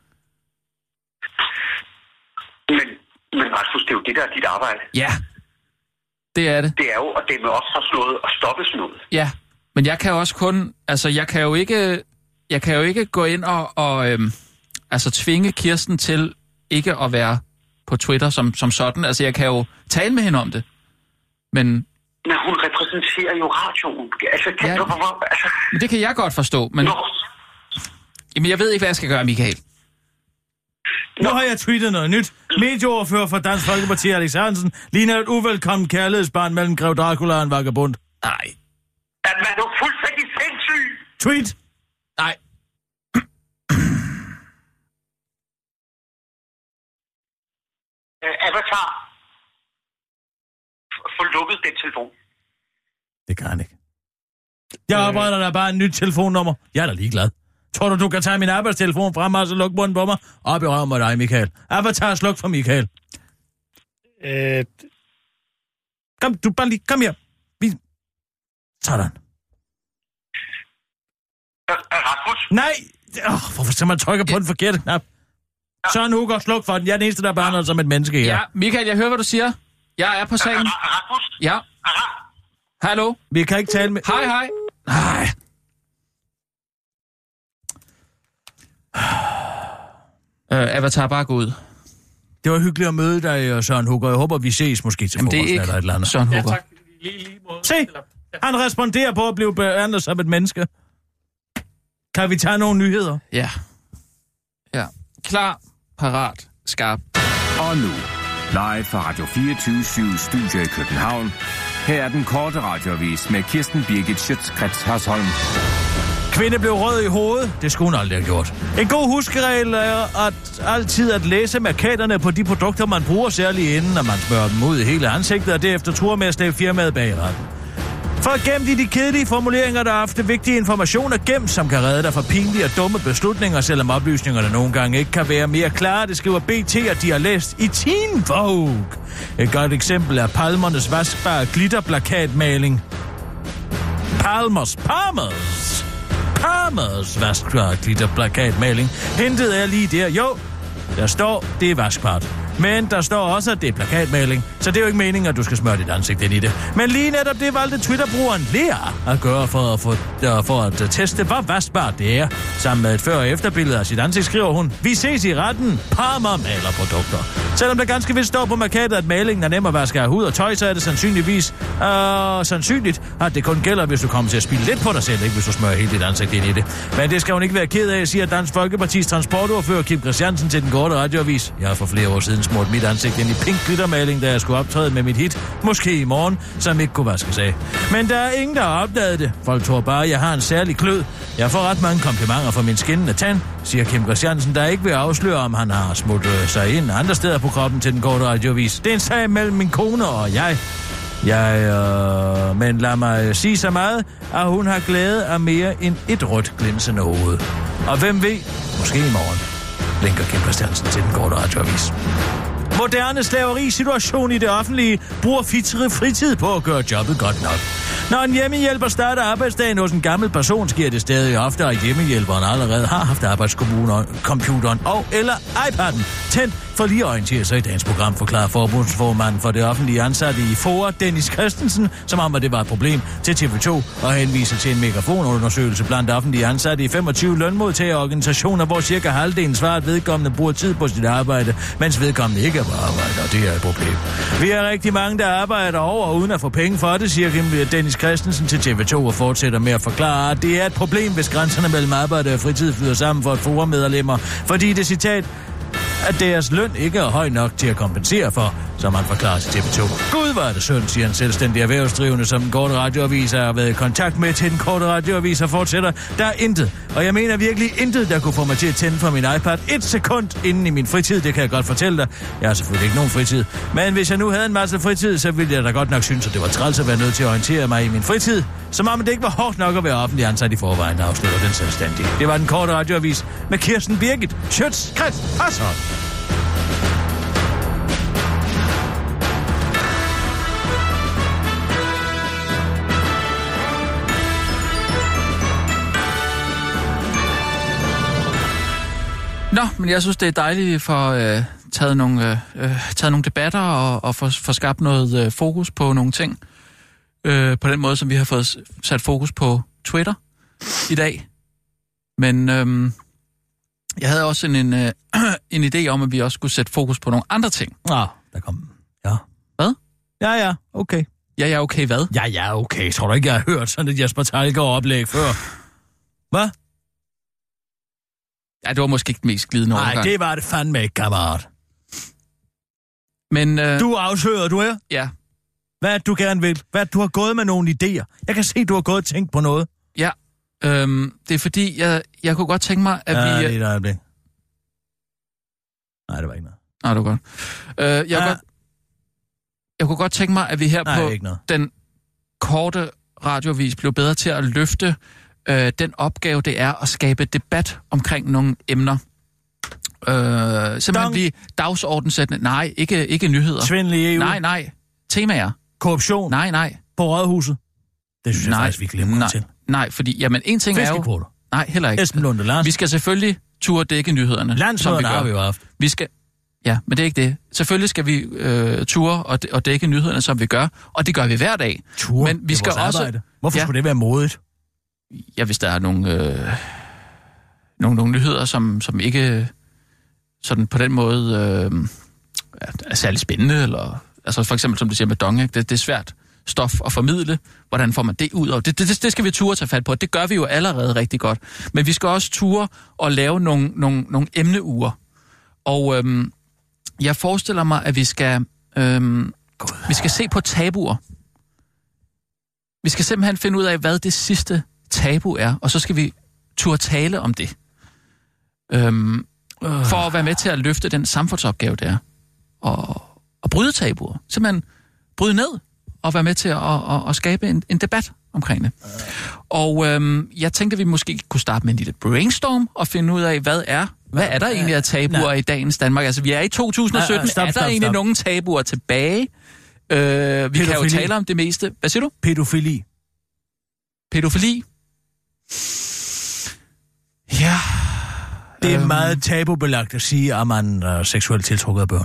Men Rasmus, det er jo det, der er dit arbejde. Ja, det er det. Det er jo at dæmme op for sådan noget og stoppe sådan noget. Ja, men jeg kan også kun, altså jeg kan jo ikke gå ind og tvinge Kirsten til ikke at være på Twitter som sådan. Altså jeg kan jo tale med hende om det, men... Men hun repræsenterer jo radioen. Men det kan jeg godt forstå, men... Jamen jeg ved ikke, hvad jeg skal gøre, Michael. Nu har jeg tweetet noget nyt. Medieoverfører for Dansk Folkeparti, Alex Hansen, ligner et uvelkommen kærlighedsbarn mellem Grev Dracula og en vagabond. Nej. At man er jo fuldstændig sindssyg. Tweet. Nej. Avatar. Få lukket den telefon. Det kan han ikke. Jeg opretter der bare et nyt telefonnummer. Jeg er da ligeglad. Tror du kan tage min arbejdstelefon frem og så lukke munden på mig? Op i røven med dig, Michael. Avatar, sluk for Michael. Kom her. Sådan. Rasmus? Nej! Hvorfor skal man trykke på den forkerte knap? Søren Hugo, sluk for den. Jeg er den eneste, der behandler som et menneske her. Ja, Michael, jeg hører, hvad du siger. Jeg er på sagen. Rasmus? Ja. Hallo? Vi kan ikke tale med... Hej. Nej. Avatar, bare gå ud. Det var hyggeligt at møde dig, Søren Hugo. Jeg håber, vi ses måske til frokost eller et eller andet. Søren Hugo. Ja, tak. Se, han responderer på at blive behandlet som et menneske. Kan vi tage nogle nyheder? Ja. Klar, parat, skarp. Og nu, live fra Radio 24/7 Studio i København. Her er den korte radioavis med Kirsten Birgit Schøtz-Krets Hørsholm. Kvinde blev rød i hovedet. Det skulle hun aldrig have gjort. En god huskeregel er altid at læse markaterne på de produkter, man bruger, særligt inden, når man smører dem ud i hele ansigtet, og derefter truer med at slæbe firmaet bag retten. For gennem de kedelige formuleringer, der er ofte vigtige informationer gemt, som kan redde dig fra pinlige og dumme beslutninger, selvom oplysningerne nogle gange ikke kan være mere klare. Det skriver BT, at de har læst i Teen Vogue. Et godt eksempel er Palmernes vaskbare glitterplakatmaling. Palmers vaskbare glitterplakatmaling. Hentet er lige der. Jo, der står, det er vaskbart. Men der står også, at det er plakatmaling, så det er jo ikke meningen, at du skal smøre dit ansigt ind i det. Men lige netop det valgte Twitter-brugeren Lea at gøre for at teste, hvor vaskbart det er. Sammen med et før- og efterbillede af sit ansigt skriver hun, vi ses i retten, Palmer maler produkter. Selvom der ganske vist står på markedet, at malingen er nem at vaske af hud og tøj, så er det sandsynligt, at det kun gælder, hvis du kommer til at spille lidt på dig selv, ikke hvis du smører hele dit ansigt ind i det. Men det skal hun ikke være ked af, siger Dansk Folkepartis transportordfører Kim Christiansen til den korte radioavis. Jeg har for flere år siden smurt mit ansigt ind i pink glittermaling, da jeg skulle optræde med mit hit, måske i morgen, som ikke kunne vaskes af. Men der er ingen, der har opdaget det. Folk tror bare, jeg har en særlig klød. Jeg får ret mange komplimenter for min skinnende tand, siger Kim Christiansen, der ikke vil afsløre, om han har smuttet sig ind andre steder på kroppen til den korte radioavis. Det er en sag mellem min kone og jeg. Men lad mig sige så meget, at hun har glæde af mere end et rødt glinsende hoved. Og hvem ved, måske i morgen, linker Kim Christiansen til den korte radioavis. Moderne slaverisituation i det offentlige bruger fritid på at gøre jobbet godt nok. Når en hjemmehjælper starter arbejdsdagen hos en gammel person, sker det stadig ofte, at hjemmehjælperen allerede har haft arbejdscomputeren og eller iPad'en tændt for lige at orientere sig i dagens program, forklarer forbundsformanden for det offentlige ansatte i FOA, Dennis Christensen, som om at det var et problem, til TV2 og henviser til en megafonundersøgelse blandt offentlige ansatte i 25 lønmodtagerorganisationer, hvor cirka halvdelen svarer, at vedkommende bruger tid på sit arbejde, mens vedkommende ikke er på arbejde, og det er et problem. Vi er rigtig mange, der arbejder over uden at få penge for det, siger Dennis Christensen til TV2 og fortsætter med at forklare, at det er et problem, hvis grænserne mellem arbejde og fritid flyder sammen for et FOA-medlemmer, fordi det citat, at deres løn ikke er høj nok til at kompensere for, som han forklarer til TV2. Gud, var det synd, siger en selvstændig erhvervsdrivende, som den korte radioavis har været i kontakt med til den korte radioavis og fortsætter. Der er intet, og jeg mener virkelig intet, der kunne få mig til at tænde for min iPad 1 sekund inden i min fritid, det kan jeg godt fortælle dig. Jeg har selvfølgelig ikke nogen fritid, men hvis jeg nu havde en masse fritid, så ville jeg da godt nok synes, at det var træls at være nødt til at orientere mig i min fritid, som om det ikke var hårdt nok at være offentlig ansat i forvejen, der afslutter den selvstændige. Det var den korte radioavis med Kirsten Birgit Schøtz, Krets Hasholm. Nå, men jeg synes, det er dejligt, at vi får taget nogle debatter og får skabt noget fokus på nogle ting. På den måde, som vi har fået sat fokus på Twitter i dag. Men jeg havde også en idé om, at vi også skulle sætte fokus på nogle andre ting. Der kom. Ja. Hvad? Ja, okay. Ja, okay, hvad? Ja, okay. Tror du ikke, jeg har hørt sådan et Jesper Theilgaard-oplæg før? Hvad? Ja, det var måske ikke den mest glidende overgang. Nej, det var det fandme ikke, kammerat. Men du afslører, du er? Ja. Hvad du gerne vil? Hvad du har gået med nogle idéer? Jeg kan se, du har gået og tænkt på noget. Ja, det er fordi, jeg kunne godt tænke mig, at vi... Ja, det er et øjeblik. Nej, det var ikke noget. Nej, det var godt. Jeg kunne godt tænke mig, at vi her på den korte radioavis blev bedre til at løfte den opgave, det er at skabe debat omkring nogle emner. Simpelthen blive dagsordensættende. Nej, ikke nyheder. Svindel i EU. Nej. Temaer. Korruption. Nej. På Rådhuset. Det synes jeg faktisk, vi glemmer til. Nej, fordi, jamen, en ting er jo... Fiskekvoter. Nej, heller ikke. Esben Lunde Larsen. Vi skal selvfølgelig turde dække nyhederne. Landsmøderne har vi jo haft. Vi skal... Ja, men det er ikke det. Selvfølgelig skal vi ture og dække nyhederne, som vi gør. Og det gør vi hver dag. Ture? Men vi skal også... Arbejde. Hvorfor skulle det være modigt? Ja, hvis der er nogle nyheder, som ikke sådan på den måde er særlig spændende, eller altså for eksempel, som du siger med Dong, ikke? Det er svært stof at formidle. Hvordan får man det ud af? Det skal vi ture tage fat på. Det gør vi jo allerede rigtig godt. Men vi skal også ture og lave nogle emneuger. Og jeg forestiller mig, at vi skal se på tabuer. Vi skal simpelthen finde ud af, hvad det sidste tabu er, og så skal vi turde tale om det. For at være med til at løfte den samfundsopgave, der og bryde tabuer. Simpelthen bryde ned og være med til at skabe en debat omkring det. Og jeg tænkte, at vi måske kunne starte med en lille brainstorm og finde ud af, hvad er der egentlig af tabuer i dagens Danmark? Altså, vi er i 2017. Er der egentlig nogen tabuer tilbage? Vi kan jo tale om det meste. Hvad siger du? Pædofili. Pædofili? Ja. Det er meget tabubelagt at sige, at man er seksuelt tiltrukket af børn.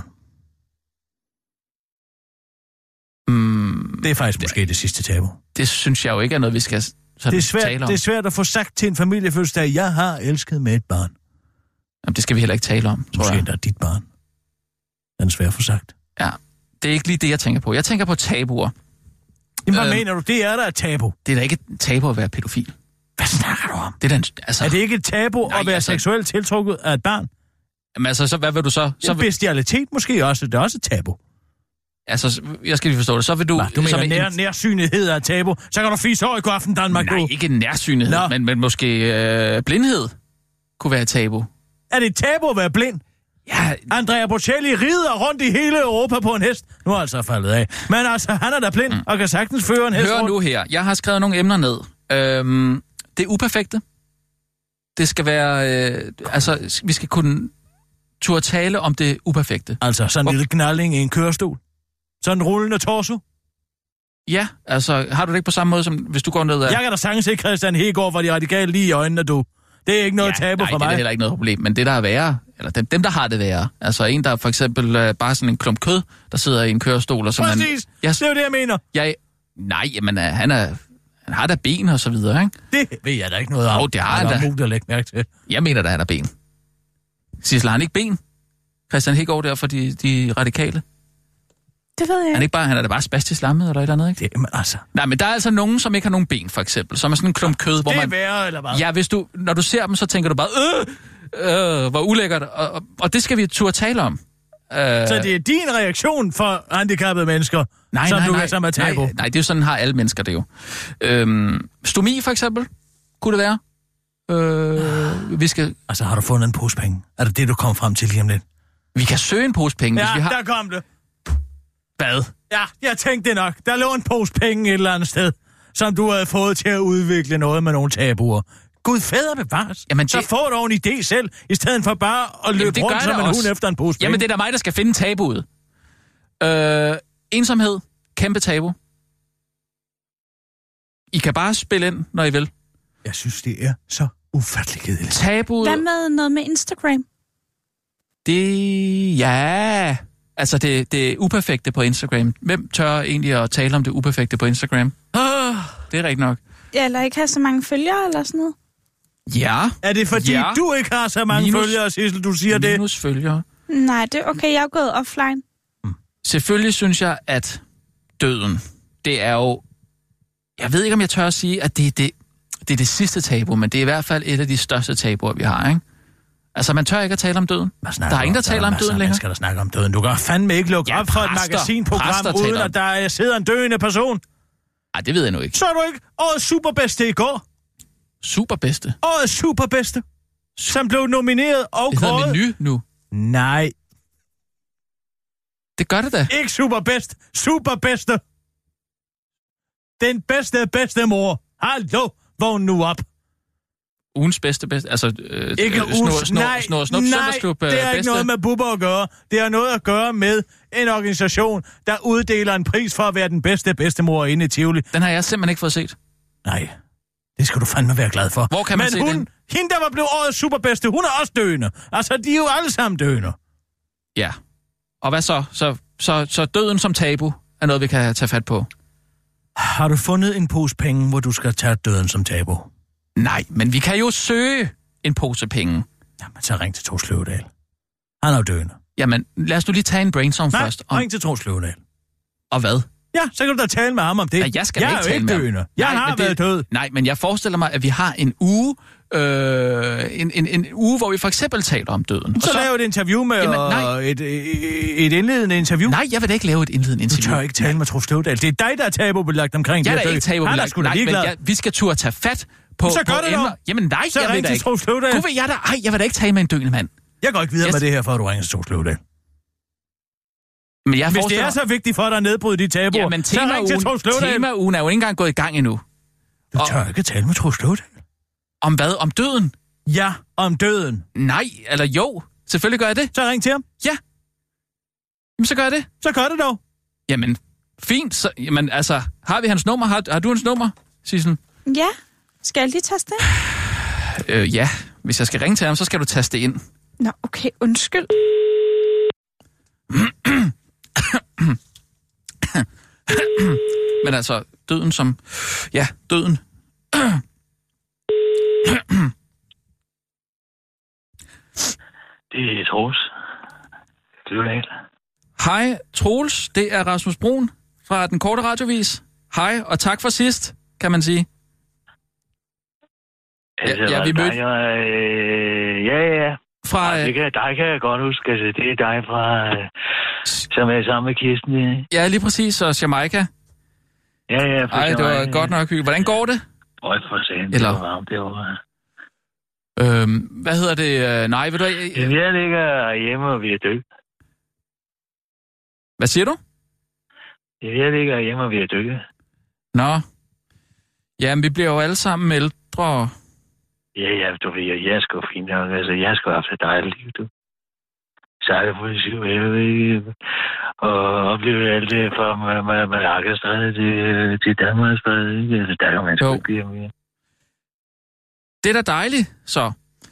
Det er faktisk måske det sidste tabu. Det synes jeg jo ikke er noget, vi skal tale om. Det er svært at få sagt til en familiefødselsdag, at jeg har elsket med et barn. Jamen, det skal vi heller ikke tale om, tror jeg. Måske er dit barn. Det er svært at få sagt. Ja, det er ikke lige det, jeg tænker på. Jeg tænker på tabuer. Jamen, hvad mener du? Det er der et tabu. Det er da ikke et tabu at være pædofil. Hvad snakker du om? Det er, er det ikke et tabu at være seksuelt tiltrukket af et barn? Jamen altså, så hvad vil du så? Bestialitet måske også. Det er også et tabu. Altså, jeg skal lige forstå det. Så vil du... Du mener, nærsynlighed er et tabu. Så kan du fise over i God aften Danmark. Nej, ikke nærsynlighed, men måske blindhed kunne være et tabu. Er det et tabu at være blind? Ja. Andrea Bocelli rider rundt i hele Europa på en hest. Nu er altså faldet af. Men altså, han er da blind og kan sagtens føre en hest rundt. Hør nu her. Jeg har skrevet nogle emner ned. Det uperfekte. Det skal være... vi skal kunne turde tale om det uperfekte. Altså, sådan en lille knalding i en kørestol? Sådan en rullende torso? Ja, altså, har du det ikke på samme måde, som hvis du går ned ad... Jeg kan da sagtens ikke Christian Hegård for de radikale lige i øjnene, du. Det er ikke noget tabu for mig. Nej, det er heller ikke noget problem, men det, der er værre, eller dem, der har det værre, altså en, der for eksempel bare sådan en klump kød, der sidder i en kørestol, og som præcis! Det er jo det, jeg mener. Nej, men han har da ben og så videre, ikke? Det ved jeg da ikke noget om. Det har han da. Muligt at lægge mærke til. Jeg mener da, han har ben. Sissel, har han ikke ben? Christian Hegård der for de radikale? Det ved jeg ikke. Han er da bare spastisk lammet eller et eller andet, ikke? Det, men altså... Nej, men der er altså nogen, som ikke har nogen ben, for eksempel. Som er sådan en klump kød, hvor man... Det er værre, eller hvad? Ja, når du ser dem, så tænker du bare, hvor ulækkert. Og det skal vi turde tale om. Så det er din reaktion for handicappede mennesker, som er tabu? Nej, det er jo sådan, har alle mennesker det jo. Stomi, for eksempel, kunne det være. Vi skal... Altså, har du fundet en pose penge? Er det det, du kom frem til lige om lidt? Vi kan søge en pose penge, hvis vi har... der kom det. Hvad? Ja, jeg tænkte det nok. Der lå en pose penge et eller andet sted, som du havde fået til at udvikle noget med nogle tabuer. Gud fader bevares. Jamen, så får du en idé selv, i stedet for bare at løbe rundt som en hund efter en pose penge. Jamen, det er da mig, der skal finde tabuet. Ensomhed. Kæmpe tabu. I kan bare spille ind, når I vil. Jeg synes, det er så ufatteligt kedeligt. Tabuet... Hvad med noget med Instagram? Ja... Altså, det uperfekte på Instagram. Hvem tør egentlig at tale om det uperfekte på Instagram? Det er rigtigt nok. Ja, eller ikke have så mange følgere, eller sådan noget? Ja. Er det fordi, du ikke har så mange følgere, Sissel, du siger det? Minus følgere. Nej, det er okay. Jeg er gået offline. Selvfølgelig synes jeg, at døden, det er jo... Jeg ved ikke, om jeg tør at sige, at det er det sidste tabu, men det er i hvert fald et af de største tabuer, vi har, ikke? Altså, man tør ikke at tale om døden. Der er ingen, der taler om døden længere. Skal der snakke om døden? Du kan fandme ikke lukke op for et magasinprogram, uden at der sidder en døende person. Nej, det ved jeg nu ikke. Så er du ikke årets superbedste i går? Superbedste? Årets superbedste, som blev nomineret og kåret. Det hedder Menu nu. Nej. Det gør det da. Ikke superbedst. Superbedste. Den bedste mor. Hallo, vågn nu op. Ugens bedste, altså... ikke ugens, nej, det er ikke noget med bubber at gøre. Det har noget at gøre med en organisation, der uddeler en pris for at være den bedstemor inde i Tivoli. Den har jeg simpelthen ikke fået set. Nej, det skal du fandme være glad for. Hvor kan man se den? Hende, der var blevet årets superbedste, hun er også døende. Altså, de er jo alle sammen døende. Ja. Og hvad så? Så døden som tabu er noget, vi kan tage fat på. Har du fundet en pose penge, hvor du skal tage døden som tabu? Nej, men vi kan jo søge en pose penge. Jamen, så ring til Troels Løvedal. Han er jo døende. Jamen, lad os nu lige tage en brainstorm først. Nej, ring til Troels Løvedal. Og hvad? Ja, så kan du da tale med ham om det. Nej, jeg skal ikke tale med ham. Døende. Jeg har været død. Nej, men jeg forestiller mig, at vi har en uge, en uge, hvor vi for eksempel taler om døden. Så lave et interview med et indledende interview. Nej, jeg vil da ikke lave et indledende interview. Du tør ikke tale med Troels Løvedal. Det er dig, der er tabubelagt omkring det. Jeg er da ikke tabubelagt. Nej, men vi skal turde tage fat Så gør det dog. Jamen nej, så jeg vil da ikke. Jeg vil da ikke tale med en døende mand. Jeg går ikke videre med det her, før du ringer til Troels Kløvedal. Men hvis det er så vigtigt for dig at nedbryde de tabuer, jamen, så ring til Troels Kløvedal. Temaugen er jo ikke engang gået i gang endnu. Du tør ikke tale med Troels Kløvedal. Om hvad? Om døden? Ja, om døden. Nej, eller jo. Selvfølgelig gør jeg det. Så ring til ham. Ja. Jamen, så gør jeg det. Så gør det dog. Jamen, fint. Så, jamen, altså, har vi hans nummer? Har du hans nummer, Sissel? Ja. Skal jeg lige taste det? Ja. Hvis jeg skal ringe til ham, så skal du taste det ind. Nå, okay. Undskyld. Men altså, døden som... Ja, døden. Det er Troels. Kløvedal. Hej, Troels. Det er Rasmus Brun fra Den Korte Radiovis. Hej, og tak for sidst, kan man sige. Altså, vi mødte... Ja. Fra... dig kan jeg godt huske. Altså, det er dig fra... som er sammen med Kirsten. Ja, lige præcis. Og Jamaica. Ja. Ej, det var godt nok hyggeligt. Hvordan går det? For sent. Eller... Det var varmt, det var... hvad hedder det? Nej, ved du... Jeg ligger hjemme og vi er døde. Hvad siger du? Jeg ligger hjemme og vi er døde. Nå. Jamen, vi bliver jo alle sammen ældre. Ja, du ved, jeg er sgu fint nok. Altså, jeg har sgu haft et dejligt liv, du. Sejlet på det 7 og opleve alt det fra Malaga-strædet til Danmarksstrædet, ikke? Altså, der kan man sgu ikke blive mere. Det er da dejligt, så.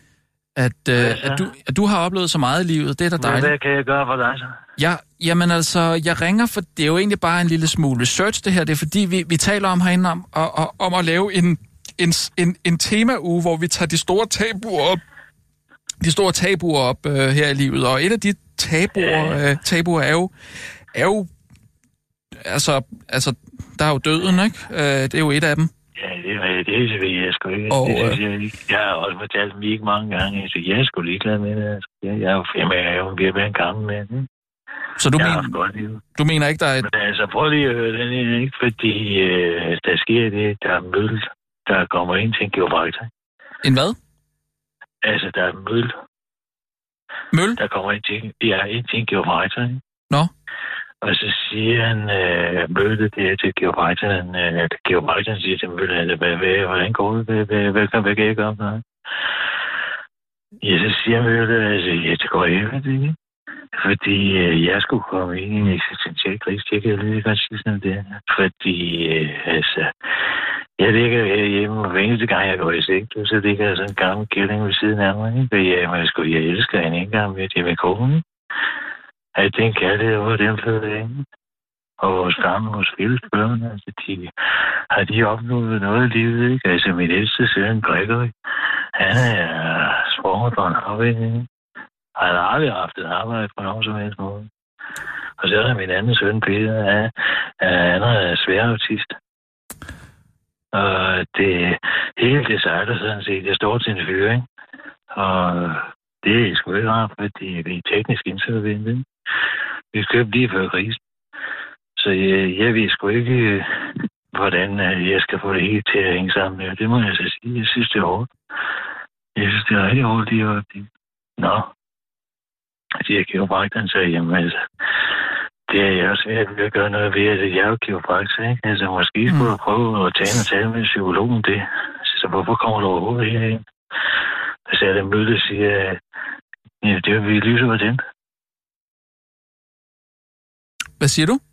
At du har oplevet så meget i livet. Det er da dejligt. Hvad kan jeg gøre for dig, så? Jamen altså, jeg ringer, for det er jo egentlig bare en lille smule research, det her. Det er fordi, vi taler om herinde om at lave en temauge, hvor vi tager de store tabuer op her i livet. Og et af de tabuer er jo altså, der er jo døden, ikke? Det er jo et af dem. Ja, det ved jeg sgu ikke. Jeg har også fortalt dem ikke mange gange, så jeg er sgu ligeglad med det. Jeg er jo ved at være en gammel mand, ikke? Så du mener ikke, der er et... Men altså, prøv lige at høre den her, ikke? Fordi der sker det, der er møl, der kommer ind til en kiropraktor. En hvad? Altså, der er møl. Møl? Der kommer ind til en kiropraktor, ikke? Nå. Og så siger han, mødet det til kiropraktoren, kiropraktoren siger til mødet, hvordan går det? Hvad kan jeg gøre for dig? Ja, så siger mødet, altså, ja, det går ikke, fordi jeg skulle komme ind i en eksistentiel krise, det kan jeg lige godt sige sådan det. Fordi, altså, jeg ligger hjemme, og hver eneste gang jeg går i seng, så ligger der sådan en gammel kælling ved siden af mig, ikke? Jeg elsker hende ikke engang med, det med konen, ikke? At den kærlighed over den fødte ikke? Og vores gamle, vores fælles børn, altså, har de opnået noget i livet, ikke? Altså, min ældste søn, Gregory, han er sprunget på en afvænding, han har aldrig haft et arbejde på nogen som helst måde. Og så er der min anden søn, Peter, han er svær-autist. Og det hele det sejler sådan set, jeg står til en fyring. Og det er sgu ikke rart, fordi vi er teknisk insolvente. Vi købte lige før krisen. Så jeg ved sgu ikke, hvordan jeg skal få det hele til at hænge sammen. Det må jeg så sige. Jeg synes, det er hårdt. Jeg synes, det er rigtig hårdt lige op. Nå. De her kiropraktoren sagde, jamen altså, det er jeg også ved at gøre noget ved, at jeg er jo kiropraktor, ikke? Altså, måske skulle du prøve at tale med psykologen det. Så hvorfor kommer du overhovedet herhen? Så er det møde, der siger, at ja, det er vi lyset var tændt. Hvad siger du?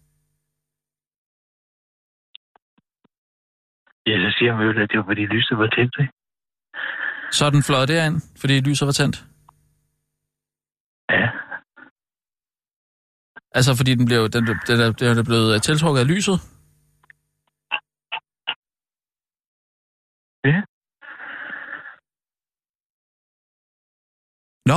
Ja, så siger mødet, at det var fordi lyset var tændt, ikke? Så er den fløjet derind, fordi lyset var tændt? Ja. Altså, fordi den er blevet tiltrukket af lyset? Ja. Nå.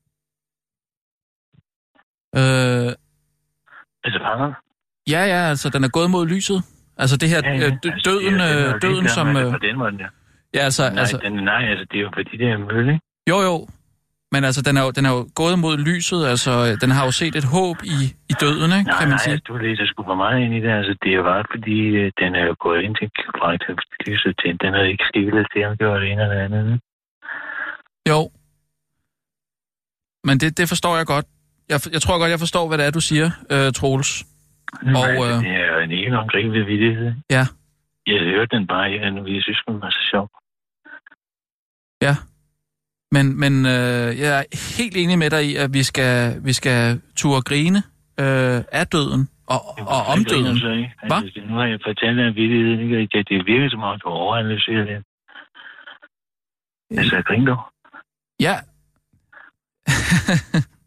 Altså, fanger? Ja, altså, den er gået mod lyset. Altså, det her døden som... På den måde, ja. Ja, altså... Nej, det er jo fordi, det er en mølle, ikke? Jo. Men altså, den er jo gået mod lyset, altså, den har jo set et håb i døden, ikke, kan man sige? Nej, du læser sgu for meget ind i det. Altså, det er jo bare fordi, den er jo gået ind til lyset til. Den er ikke skilt til, om det var det ene eller andet. Jo. Men det forstår jeg godt. Jeg tror godt, jeg forstår, hvad det er, du siger, Troels. Det er jo en helt omgribelig vittighed. Ja. Jeg hørte den bare her nu, jeg synes, den var så sjov. Ja. Men jeg er helt enig med dig i, at vi skal turde grine af døden og om døden. Altså, nu har jeg fortalt en vittighed, ikke? Det virker som om, du overanalyserer det. Altså, griner du? Ja.